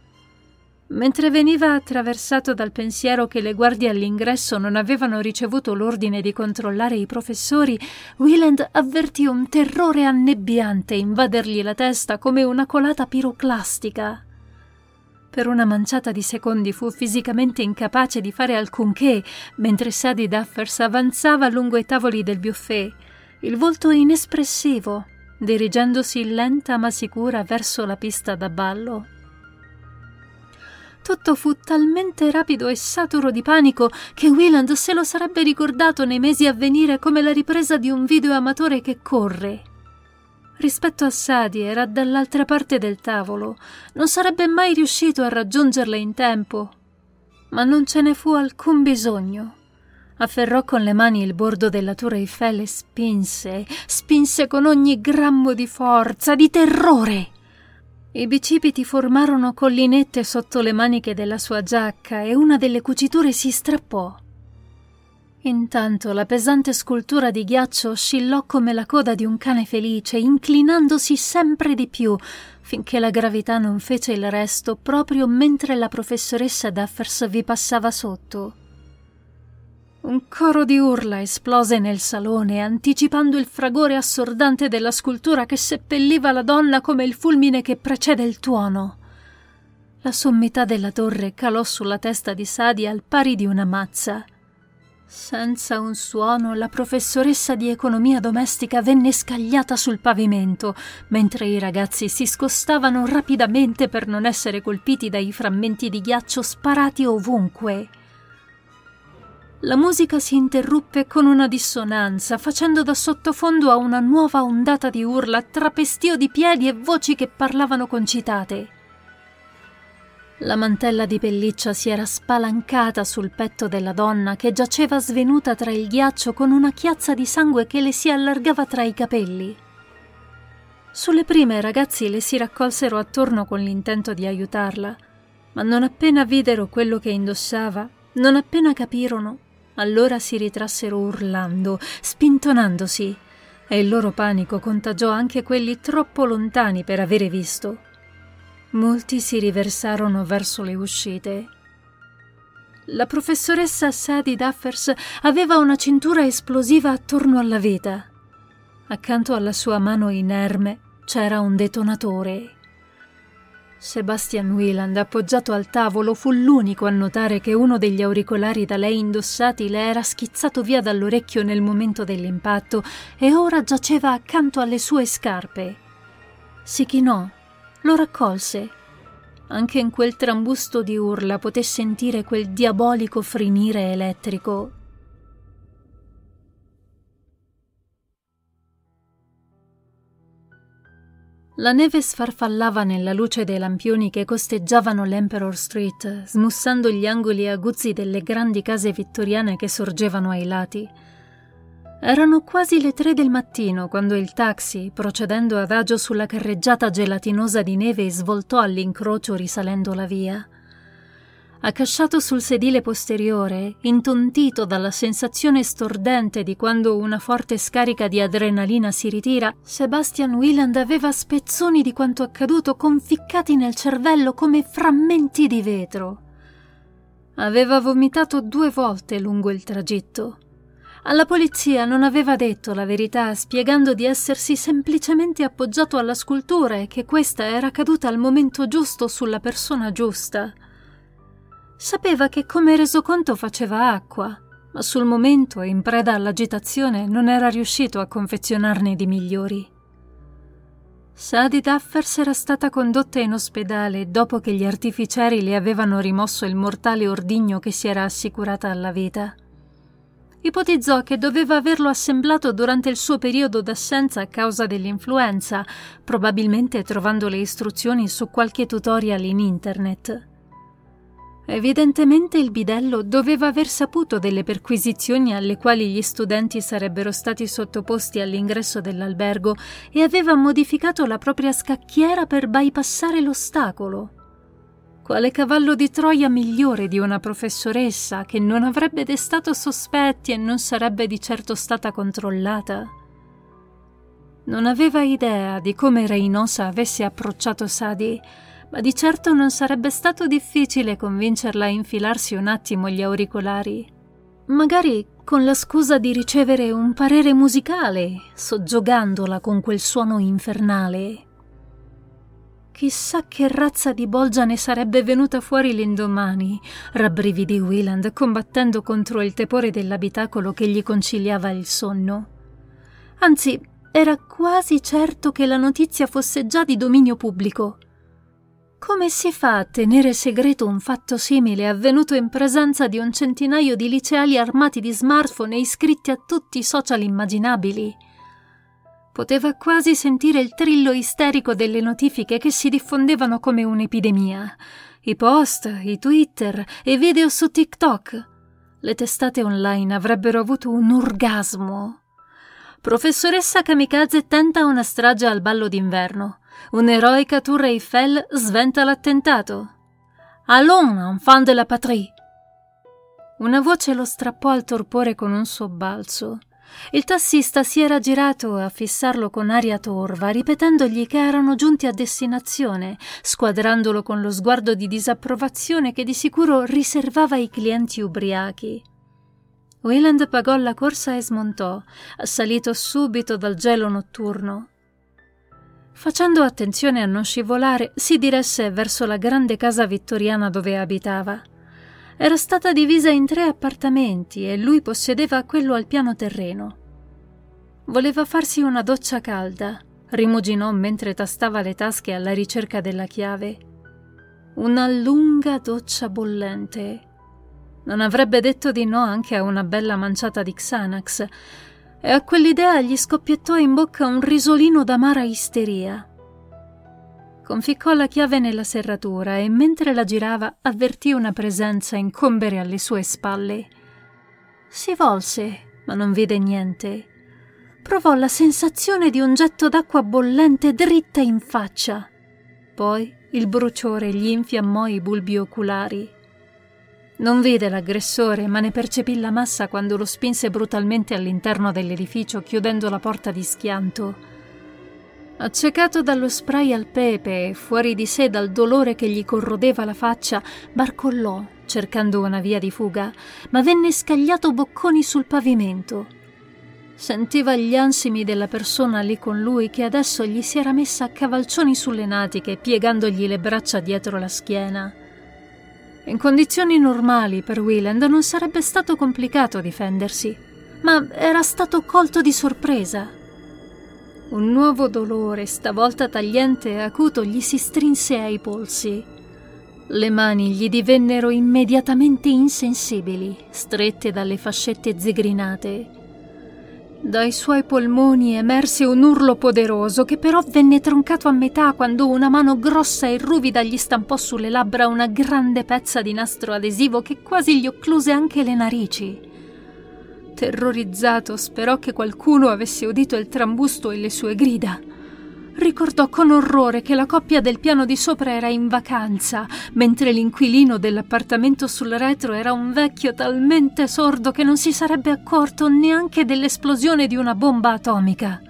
Mentre veniva attraversato dal pensiero che le guardie all'ingresso non avevano ricevuto l'ordine di controllare i professori, Wieland avvertì un terrore annebbiante invadergli la testa come una colata piroclastica. Per una manciata di secondi fu fisicamente incapace di fare alcunché, mentre Sadie Duffers avanzava lungo i tavoli del buffet, il volto inespressivo, dirigendosi lenta ma sicura verso la pista da ballo. Tutto fu talmente rapido e saturo di panico che Wieland se lo sarebbe ricordato nei mesi a venire come la ripresa di un video amatore che corre. Rispetto a Sadie era dall'altra parte del tavolo, non sarebbe mai riuscito a raggiungerla in tempo. Ma non ce ne fu alcun bisogno. Afferrò con le mani il bordo della Tour Eiffel e spinse, spinse con ogni grammo di forza, di terrore. I bicipiti formarono collinette sotto le maniche della sua giacca e una delle cuciture si strappò. Intanto la pesante scultura di ghiaccio oscillò come la coda di un cane felice, inclinandosi sempre di più, finché la gravità non fece il resto proprio mentre la professoressa Duffers vi passava sotto. Un coro di urla esplose nel salone, anticipando il fragore assordante della scultura che seppelliva la donna come il fulmine che precede il tuono. La sommità della torre calò sulla testa di Sadie al pari di una mazza. Senza un suono, la professoressa di economia domestica venne scagliata sul pavimento, mentre i ragazzi si scostavano rapidamente per non essere colpiti dai frammenti di ghiaccio sparati ovunque. La musica si interruppe con una dissonanza, facendo da sottofondo a una nuova ondata di urla, trapestio di piedi e voci che parlavano concitate. La mantella di pelliccia si era spalancata sul petto della donna che giaceva svenuta tra il ghiaccio con una chiazza di sangue che le si allargava tra i capelli. Sulle prime i ragazzi le si raccolsero attorno con l'intento di aiutarla, ma non appena videro quello che indossava, non appena capirono, allora si ritrassero urlando, spintonandosi, e il loro panico contagiò anche quelli troppo lontani per avere visto. Molti si riversarono verso le uscite. La professoressa Sadie Duffers aveva una cintura esplosiva attorno alla vita. Accanto alla sua mano inerme c'era un detonatore. Sebastian Wieland, appoggiato al tavolo, fu l'unico a notare che uno degli auricolari da lei indossati le era schizzato via dall'orecchio nel momento dell'impatto e ora giaceva accanto alle sue scarpe. Si chinò, lo raccolse. Anche in quel trambusto di urla poté sentire quel diabolico frinire elettrico. La neve sfarfallava nella luce dei lampioni che costeggiavano l'Emperor Street, smussando gli angoli aguzzi delle grandi case vittoriane che sorgevano ai lati. Erano quasi le tre del mattino quando il taxi, procedendo adagio sulla carreggiata gelatinosa di neve, svoltò all'incrocio risalendo la via. Accasciato sul sedile posteriore, intontito dalla sensazione stordente di quando una forte scarica di adrenalina si ritira, Sebastian Wieland aveva spezzoni di quanto accaduto conficcati nel cervello come frammenti di vetro. Aveva vomitato due volte lungo il tragitto. Alla polizia non aveva detto la verità, spiegando di essersi semplicemente appoggiato alla scultura e che questa era caduta al momento giusto sulla persona giusta. Sapeva che come resoconto faceva acqua, ma sul momento, in preda all'agitazione, non era riuscito a confezionarne di migliori. Sadie Duffers era stata condotta in ospedale dopo che gli artificieri le avevano rimosso il mortale ordigno che si era assicurata alla vita. Ipotizzò che doveva averlo assemblato durante il suo periodo d'assenza a causa dell'influenza, probabilmente trovando le istruzioni su qualche tutorial in internet. Evidentemente il bidello doveva aver saputo delle perquisizioni alle quali gli studenti sarebbero stati sottoposti all'ingresso dell'albergo e aveva modificato la propria scacchiera per bypassare l'ostacolo. Quale cavallo di Troia migliore di una professoressa che non avrebbe destato sospetti e non sarebbe di certo stata controllata? Non aveva idea di come Reynosa avesse approcciato Sadie, ma di certo non sarebbe stato difficile convincerla a infilarsi un attimo gli auricolari. Magari con la scusa di ricevere un parere musicale, soggiogandola con quel suono infernale. Chissà che razza di bolgia ne sarebbe venuta fuori l'indomani, rabbrividì Wieland, combattendo contro il tepore dell'abitacolo che gli conciliava il sonno. Anzi, era quasi certo che la notizia fosse già di dominio pubblico. Come si fa a tenere segreto un fatto simile avvenuto in presenza di un centinaio di liceali armati di smartphone e iscritti a tutti i social immaginabili? Poteva quasi sentire il trillo isterico delle notifiche che si diffondevano come un'epidemia. I post, i Twitter e i video su TikTok. Le testate online avrebbero avuto un orgasmo. Professoressa kamikaze tenta una strage al ballo d'inverno. Un'eroica Tour Eiffel sventa l'attentato. Allons, enfant de la patrie! Una voce lo strappò al torpore con un sobbalzo. Il tassista si era girato a fissarlo con aria torva, ripetendogli che erano giunti a destinazione, squadrandolo con lo sguardo di disapprovazione che di sicuro riservava ai clienti ubriachi. Wieland pagò la corsa e smontò, assalito subito dal gelo notturno. Facendo attenzione a non scivolare, si diresse verso la grande casa vittoriana dove abitava. Era stata divisa in tre appartamenti e lui possedeva quello al piano terreno. Voleva farsi una doccia calda, rimuginò mentre tastava le tasche alla ricerca della chiave. Una lunga doccia bollente. Non avrebbe detto di no anche a una bella manciata di Xanax, e a quell'idea gli scoppiettò in bocca un risolino d'amara isteria. Conficcò la chiave nella serratura e mentre la girava avvertì una presenza incombere alle sue spalle. Si volse, ma non vide niente. Provò la sensazione di un getto d'acqua bollente dritta in faccia. Poi il bruciore gli infiammò i bulbi oculari. Non vide l'aggressore, ma ne percepì la massa quando lo spinse brutalmente all'interno dell'edificio, chiudendo la porta di schianto. Accecato dallo spray al pepe e fuori di sé dal dolore che gli corrodeva la faccia, barcollò, cercando una via di fuga, ma venne scagliato bocconi sul pavimento. Sentiva gli ansimi della persona lì con lui che adesso gli si era messa a cavalcioni sulle natiche, piegandogli le braccia dietro la schiena. In condizioni normali per Wieland non sarebbe stato complicato difendersi, ma era stato colto di sorpresa. Un nuovo dolore, stavolta tagliente e acuto, gli si strinse ai polsi. Le mani gli divennero immediatamente insensibili, strette dalle fascette zigrinate. Dai suoi polmoni emerse un urlo poderoso che però venne troncato a metà quando una mano grossa e ruvida gli stampò sulle labbra una grande pezza di nastro adesivo che quasi gli occluse anche le narici. Terrorizzato, sperò che qualcuno avesse udito il trambusto e le sue grida. Ricordò con orrore che la coppia del piano di sopra era in vacanza, mentre l'inquilino dell'appartamento sul retro era un vecchio talmente sordo che non si sarebbe accorto neanche dell'esplosione di una bomba atomica.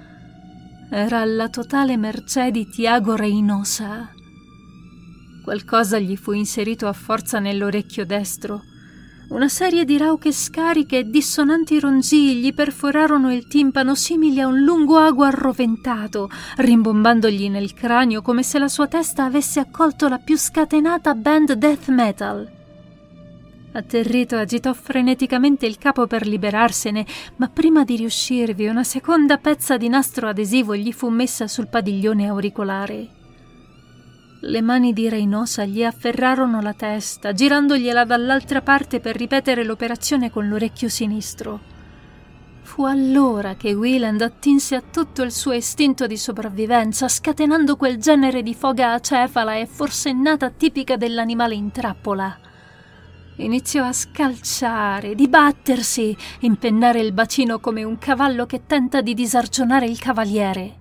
Era alla totale mercé di Tiago Reynosa. Qualcosa gli fu inserito a forza nell'orecchio destro. Una serie di rauche scariche e dissonanti ronzii gli perforarono il timpano simili a un lungo ago arroventato, rimbombandogli nel cranio come se la sua testa avesse accolto la più scatenata band death metal. Atterrito, agitò freneticamente il capo per liberarsene, ma prima di riuscirvi una seconda pezza di nastro adesivo gli fu messa sul padiglione auricolare. Le mani di Reynosa gli afferrarono la testa, girandogliela dall'altra parte per ripetere l'operazione con l'orecchio sinistro. Fu allora che Wieland attinse a tutto il suo istinto di sopravvivenza, scatenando quel genere di foga acefala e forsennata tipica dell'animale in trappola. Iniziò a scalciare, dibattersi, impennare il bacino come un cavallo che tenta di disarcionare il cavaliere.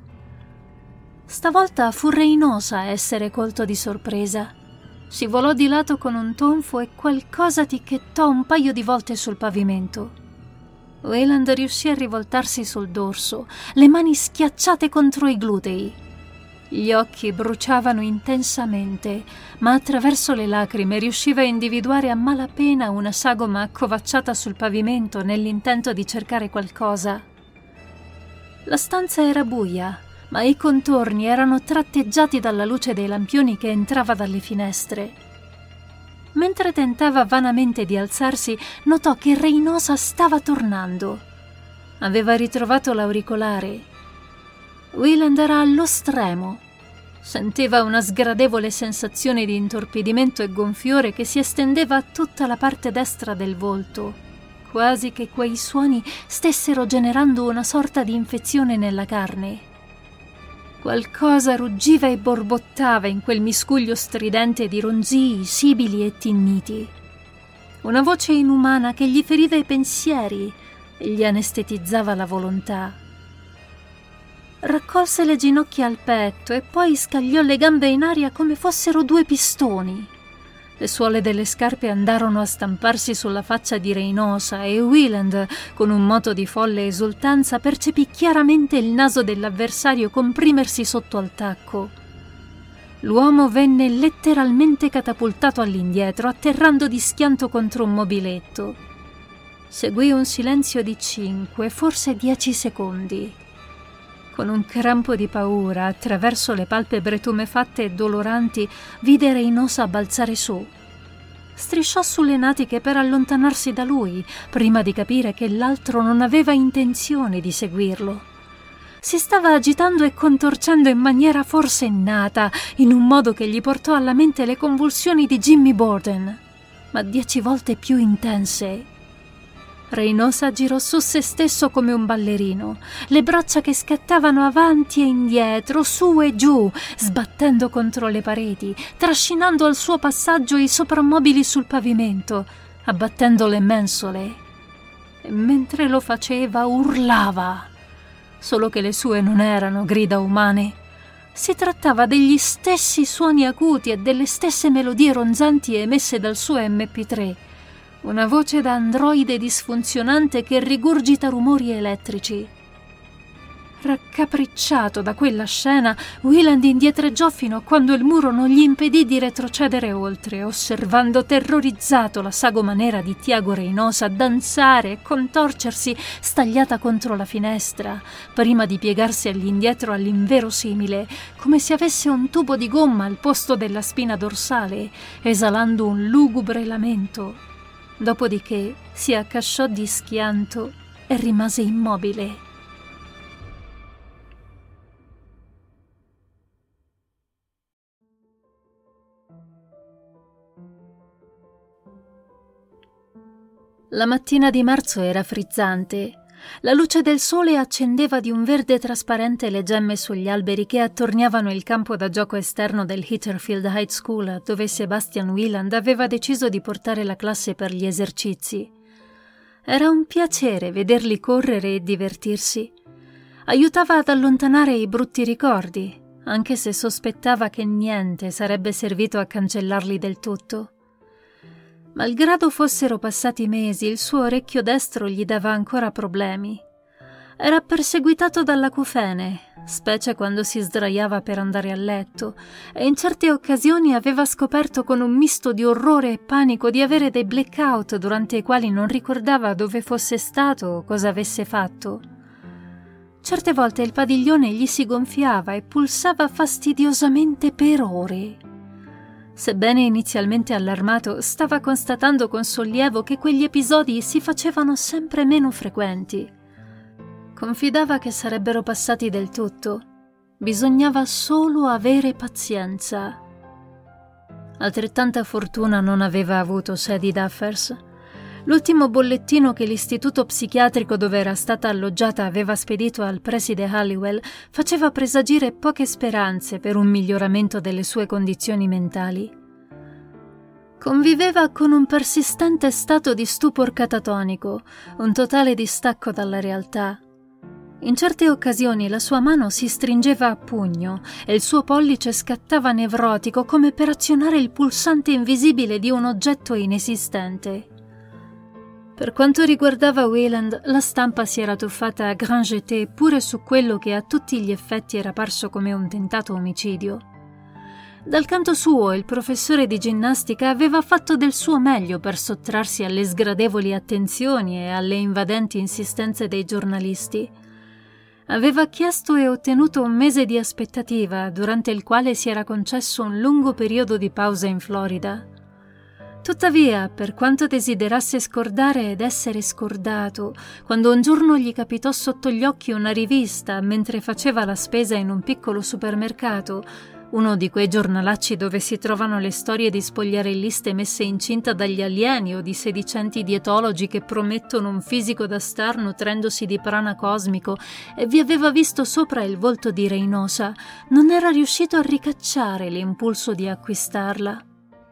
Stavolta fu Reynosa a essere colto di sorpresa. Si volò di lato con un tonfo e qualcosa ticchettò un paio di volte sul pavimento. Wieland riuscì a rivoltarsi sul dorso, le mani schiacciate contro i glutei. Gli occhi bruciavano intensamente, ma attraverso le lacrime riusciva a individuare a malapena una sagoma accovacciata sul pavimento nell'intento di cercare qualcosa. La stanza era buia, ma i contorni erano tratteggiati dalla luce dei lampioni che entrava dalle finestre. Mentre tentava vanamente di alzarsi, notò che Reynosa stava tornando. Aveva ritrovato l'auricolare. Wieland era allo stremo. Sentiva una sgradevole sensazione di intorpidimento e gonfiore che si estendeva a tutta la parte destra del volto, quasi che quei suoni stessero generando una sorta di infezione nella carne. Qualcosa ruggiva e borbottava in quel miscuglio stridente di ronzii, sibili e tinniti. Una voce inumana che gli feriva i pensieri e gli anestetizzava la volontà. Raccolse le ginocchia al petto e poi scagliò le gambe in aria come fossero due pistoni. Le suole delle scarpe andarono a stamparsi sulla faccia di Reynosa e Wieland, con un moto di folle esultanza, percepì chiaramente il naso dell'avversario comprimersi sotto al tacco. L'uomo venne letteralmente catapultato all'indietro, atterrando di schianto contro un mobiletto. Seguì un silenzio di cinque, forse dieci secondi. Con un crampo di paura, attraverso le palpebre tumefatte e doloranti, vide Reynosa balzare su. Strisciò sulle natiche per allontanarsi da lui, prima di capire che l'altro non aveva intenzione di seguirlo. Si stava agitando e contorcendo in maniera forsennata, in un modo che gli portò alla mente le convulsioni di Jimmy Borden, ma dieci volte più intense. Reynosa girò su se stesso come un ballerino, le braccia che scattavano avanti e indietro, su e giù, sbattendo contro le pareti, trascinando al suo passaggio i soprammobili sul pavimento, abbattendo le mensole. E mentre lo faceva urlava, solo che le sue non erano grida umane. Si trattava degli stessi suoni acuti e delle stesse melodie ronzanti emesse dal suo emme pi tre. Una voce da androide disfunzionante che rigurgita rumori elettrici. Raccapricciato da quella scena, Wieland indietreggiò fino a quando il muro non gli impedì di retrocedere oltre, osservando terrorizzato la sagoma nera di Tiago Reynosa danzare e contorcersi stagliata contro la finestra, prima di piegarsi all'indietro all'inverosimile, come se avesse un tubo di gomma al posto della spina dorsale, esalando un lugubre lamento. Dopodiché si accasciò di schianto e rimase immobile. La mattina di marzo era frizzante. La luce del sole accendeva di un verde trasparente le gemme sugli alberi che attorniavano il campo da gioco esterno del Heatherfield High School, dove Sebastian Wieland aveva deciso di portare la classe per gli esercizi. Era un piacere vederli correre e divertirsi. Aiutava ad allontanare i brutti ricordi, anche se sospettava che niente sarebbe servito a cancellarli del tutto. Malgrado fossero passati mesi, il suo orecchio destro gli dava ancora problemi. Era perseguitato dall'acufene, specie quando si sdraiava per andare a letto, e in certe occasioni aveva scoperto con un misto di orrore e panico di avere dei blackout durante i quali non ricordava dove fosse stato o cosa avesse fatto. Certe volte il padiglione gli si gonfiava e pulsava fastidiosamente per ore. Sebbene inizialmente allarmato, stava constatando con sollievo che quegli episodi si facevano sempre meno frequenti. Confidava che sarebbero passati del tutto. Bisognava solo avere pazienza. Altrettanta fortuna non aveva avuto Sadie Duffers. L'ultimo bollettino che l'istituto psichiatrico dove era stata alloggiata aveva spedito al preside Halliwell faceva presagire poche speranze per un miglioramento delle sue condizioni mentali. Conviveva con un persistente stato di stupor catatonico, un totale distacco dalla realtà. In certe occasioni la sua mano si stringeva a pugno e il suo pollice scattava nevrotico come per azionare il pulsante invisibile di un oggetto inesistente. Per quanto riguardava Wieland, la stampa si era tuffata a grand jeté pure su quello che a tutti gli effetti era parso come un tentato omicidio. Dal canto suo, il professore di ginnastica aveva fatto del suo meglio per sottrarsi alle sgradevoli attenzioni e alle invadenti insistenze dei giornalisti. Aveva chiesto e ottenuto un mese di aspettativa, durante il quale si era concesso un lungo periodo di pausa in Florida. Tuttavia, per quanto desiderasse scordare ed essere scordato, quando un giorno gli capitò sotto gli occhi una rivista mentre faceva la spesa in un piccolo supermercato, uno di quei giornalacci dove si trovano le storie di spogliarelliste messe incinta dagli alieni o di sedicenti dietologi che promettono un fisico da star nutrendosi di prana cosmico, e vi aveva visto sopra il volto di Reynosa, non era riuscito a ricacciare l'impulso di acquistarla.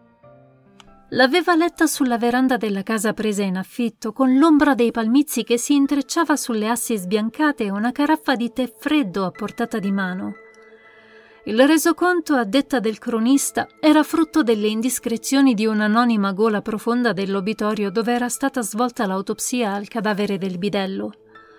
L'aveva letta sulla veranda della casa presa in affitto, con l'ombra dei palmizi che si intrecciava sulle assi sbiancate e una caraffa di tè freddo a portata di mano. Il resoconto, a detta del cronista, era frutto delle indiscrezioni di un'anonima gola profonda dell'obitorio dove era stata svolta l'autopsia al cadavere del bidello.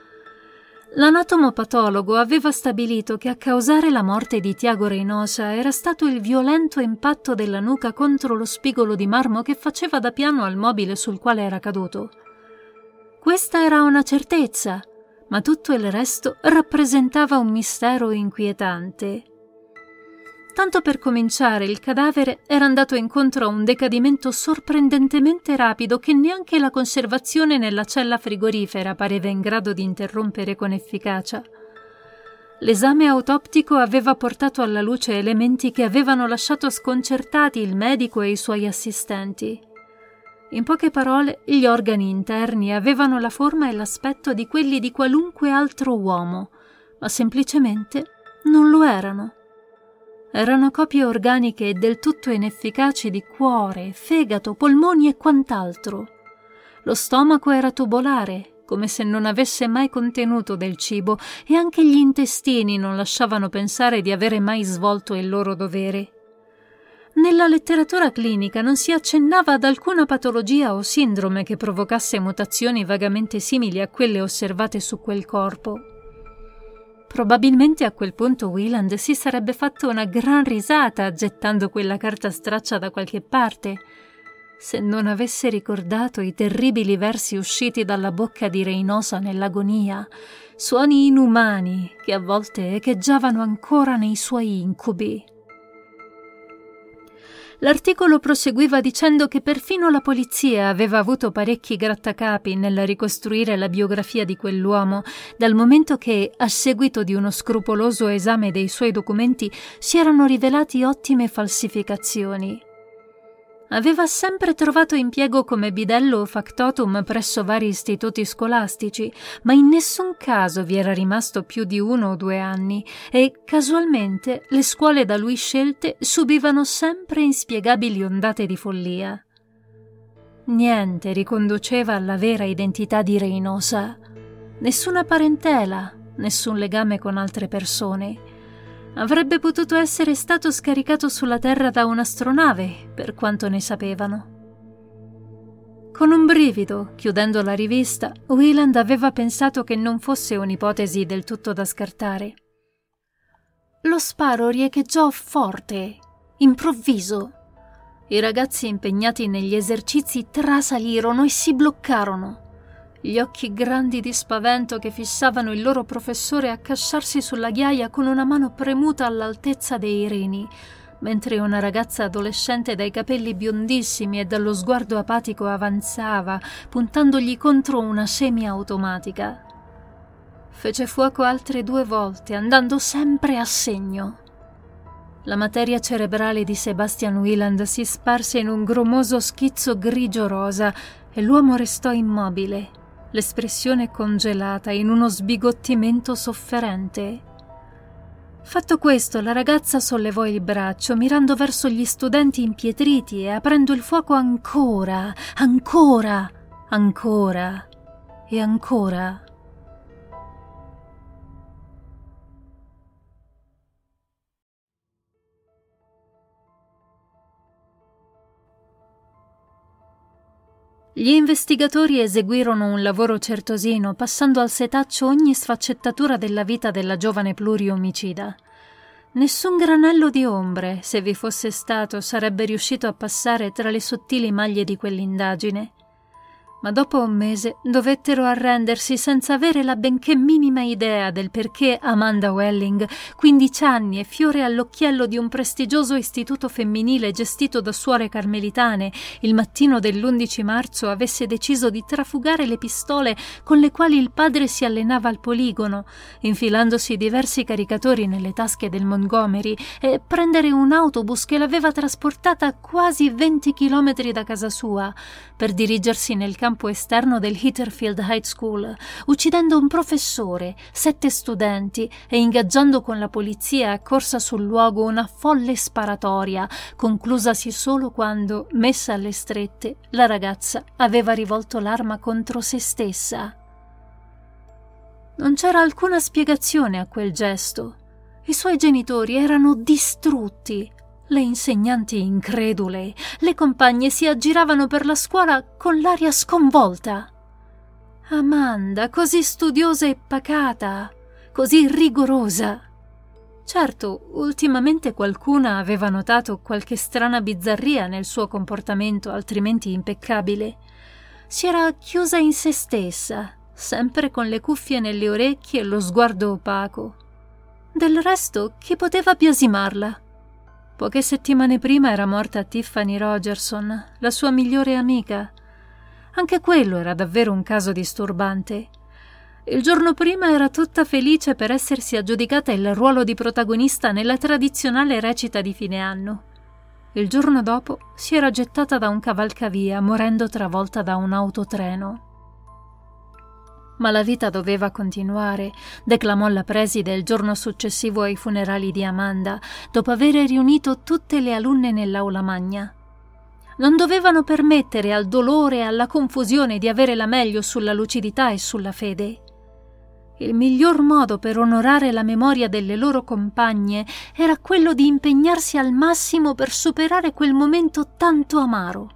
L'anatomopatologo aveva stabilito che a causare la morte di Tiago Reynosa era stato il violento impatto della nuca contro lo spigolo di marmo che faceva da piano al mobile sul quale era caduto. Questa era una certezza, ma tutto il resto rappresentava un mistero inquietante. Tanto per cominciare, il cadavere era andato incontro a un decadimento sorprendentemente rapido che neanche la conservazione nella cella frigorifera pareva in grado di interrompere con efficacia. L'esame autoptico aveva portato alla luce elementi che avevano lasciato sconcertati il medico e i suoi assistenti. In poche parole, gli organi interni avevano la forma e l'aspetto di quelli di qualunque altro uomo, ma semplicemente non lo erano. Erano copie organiche e del tutto inefficaci di cuore, fegato, polmoni e quant'altro. Lo stomaco era tubolare, come se non avesse mai contenuto del cibo, e anche gli intestini non lasciavano pensare di avere mai svolto il loro dovere. Nella letteratura clinica non si accennava ad alcuna patologia o sindrome che provocasse mutazioni vagamente simili a quelle osservate su quel corpo. Probabilmente a quel punto Wieland si sarebbe fatto una gran risata gettando quella carta straccia da qualche parte, se non avesse ricordato i terribili versi usciti dalla bocca di Reynosa nell'agonia, suoni inumani che a volte echeggiavano ancora nei suoi incubi. L'articolo proseguiva dicendo che perfino la polizia aveva avuto parecchi grattacapi nel ricostruire la biografia di quell'uomo, dal momento che, a seguito di uno scrupoloso esame dei suoi documenti, si erano rivelati ottime falsificazioni. Aveva sempre trovato impiego come bidello o factotum presso vari istituti scolastici, ma in nessun caso vi era rimasto più di uno o due anni e, casualmente, le scuole da lui scelte subivano sempre inspiegabili ondate di follia. Niente riconduceva alla vera identità di Reynosa. Nessuna parentela, nessun legame con altre persone. Avrebbe potuto essere stato scaricato sulla Terra da un'astronave, per quanto ne sapevano. Con un brivido, chiudendo la rivista, Wieland aveva pensato che non fosse un'ipotesi del tutto da scartare. Lo sparo riecheggiò forte, improvviso. I ragazzi impegnati negli esercizi trasalirono e si bloccarono. Gli occhi grandi di spavento che fissavano il loro professore accasciarsi sulla ghiaia con una mano premuta all'altezza dei reni, mentre una ragazza adolescente dai capelli biondissimi e dallo sguardo apatico avanzava, puntandogli contro una semiautomatica. Fece fuoco altre due volte, andando sempre a segno. La materia cerebrale di Sebastian Wieland si sparse in un grumoso schizzo grigio-rosa e l'uomo restò immobile, l'espressione congelata in uno sbigottimento sofferente. Fatto questo, la ragazza sollevò il braccio, mirando verso gli studenti impietriti e aprendo il fuoco ancora, ancora, ancora e ancora. Gli investigatori eseguirono un lavoro certosino, passando al setaccio ogni sfaccettatura della vita della giovane pluriomicida. Nessun granello di ombre, se vi fosse stato, sarebbe riuscito a passare tra le sottili maglie di quell'indagine. Ma dopo un mese dovettero arrendersi senza avere la benché minima idea del perché Amanda Welling, quindici anni e fiore all'occhiello di un prestigioso istituto femminile gestito da suore carmelitane, il mattino dell'undici marzo avesse deciso di trafugare le pistole con le quali il padre si allenava al poligono, infilandosi diversi caricatori nelle tasche del Montgomery e prendere un autobus che l'aveva trasportata a quasi venti chilometri da casa sua per dirigersi nel campo esterno del Heatherfield High School, uccidendo un professore, sette studenti e ingaggiando con la polizia accorsa sul luogo una folle sparatoria, conclusasi solo quando, messa alle strette, la ragazza aveva rivolto l'arma contro se stessa. Non c'era alcuna spiegazione a quel gesto. I suoi genitori erano distrutti. Le insegnanti incredule, le compagne si aggiravano per la scuola con l'aria sconvolta. Amanda, così studiosa e pacata, così rigorosa. Certo, ultimamente qualcuna aveva notato qualche strana bizzarria nel suo comportamento, altrimenti impeccabile. Si era chiusa in se stessa, sempre con le cuffie nelle orecchie e lo sguardo opaco. Del resto, chi poteva biasimarla? Poche settimane prima era morta Tiffany Rogerson, la sua migliore amica. Anche quello era davvero un caso disturbante. Il giorno prima era tutta felice per essersi aggiudicata il ruolo di protagonista nella tradizionale recita di fine anno. Il giorno dopo si era gettata da un cavalcavia, morendo travolta da un autotreno. Ma la vita doveva continuare, declamò la preside il giorno successivo ai funerali di Amanda, dopo aver riunito tutte le alunne nell'aula magna. Non dovevano permettere al dolore e alla confusione di avere la meglio sulla lucidità e sulla fede. Il miglior modo per onorare la memoria delle loro compagne era quello di impegnarsi al massimo per superare quel momento tanto amaro.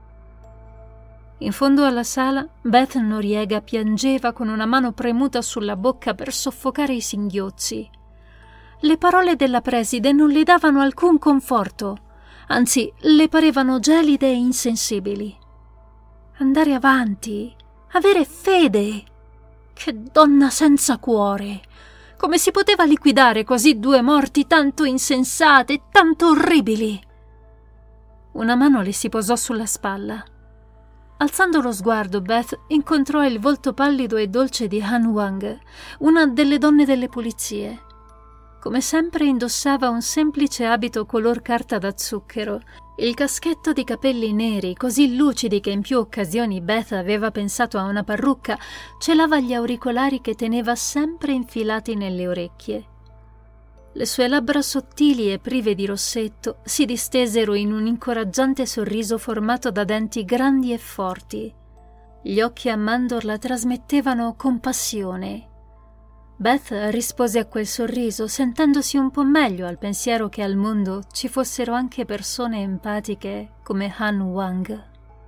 In fondo alla sala, Beth Noriega piangeva con una mano premuta sulla bocca per soffocare i singhiozzi. Le parole della preside non le davano alcun conforto, anzi, le parevano gelide e insensibili. Andare avanti, avere fede. Che donna senza cuore! Come si poteva liquidare così due morti tanto insensate, tanto orribili? Una mano le si posò sulla spalla. Alzando lo sguardo, Beth incontrò il volto pallido e dolce di Han Wang, una delle donne delle pulizie. Come sempre indossava un semplice abito color carta da zucchero Il caschetto di capelli neri, così lucidi che in più occasioni Beth aveva pensato a una parrucca, celava gli auricolari che teneva sempre infilati nelle orecchie. Le sue labbra sottili e prive di rossetto si distesero in un incoraggiante sorriso formato da denti grandi e forti. Gli occhi a mandorla trasmettevano compassione. Beth rispose a quel sorriso, sentendosi un po' meglio al pensiero che al mondo ci fossero anche persone empatiche come Han Wang.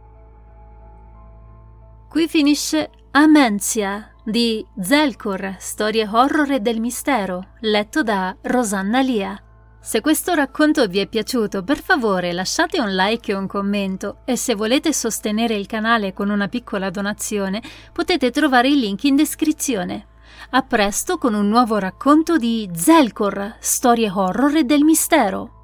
Qui finisce Amencia di Zelkor, storie horror e del mistero, letto da Rosanna Lia. Se questo racconto vi è piaciuto, per favore lasciate un like e un commento, e se volete sostenere il canale con una piccola donazione potete trovare il link in descrizione. A presto con un nuovo racconto di Zelkor, storie horror e del mistero.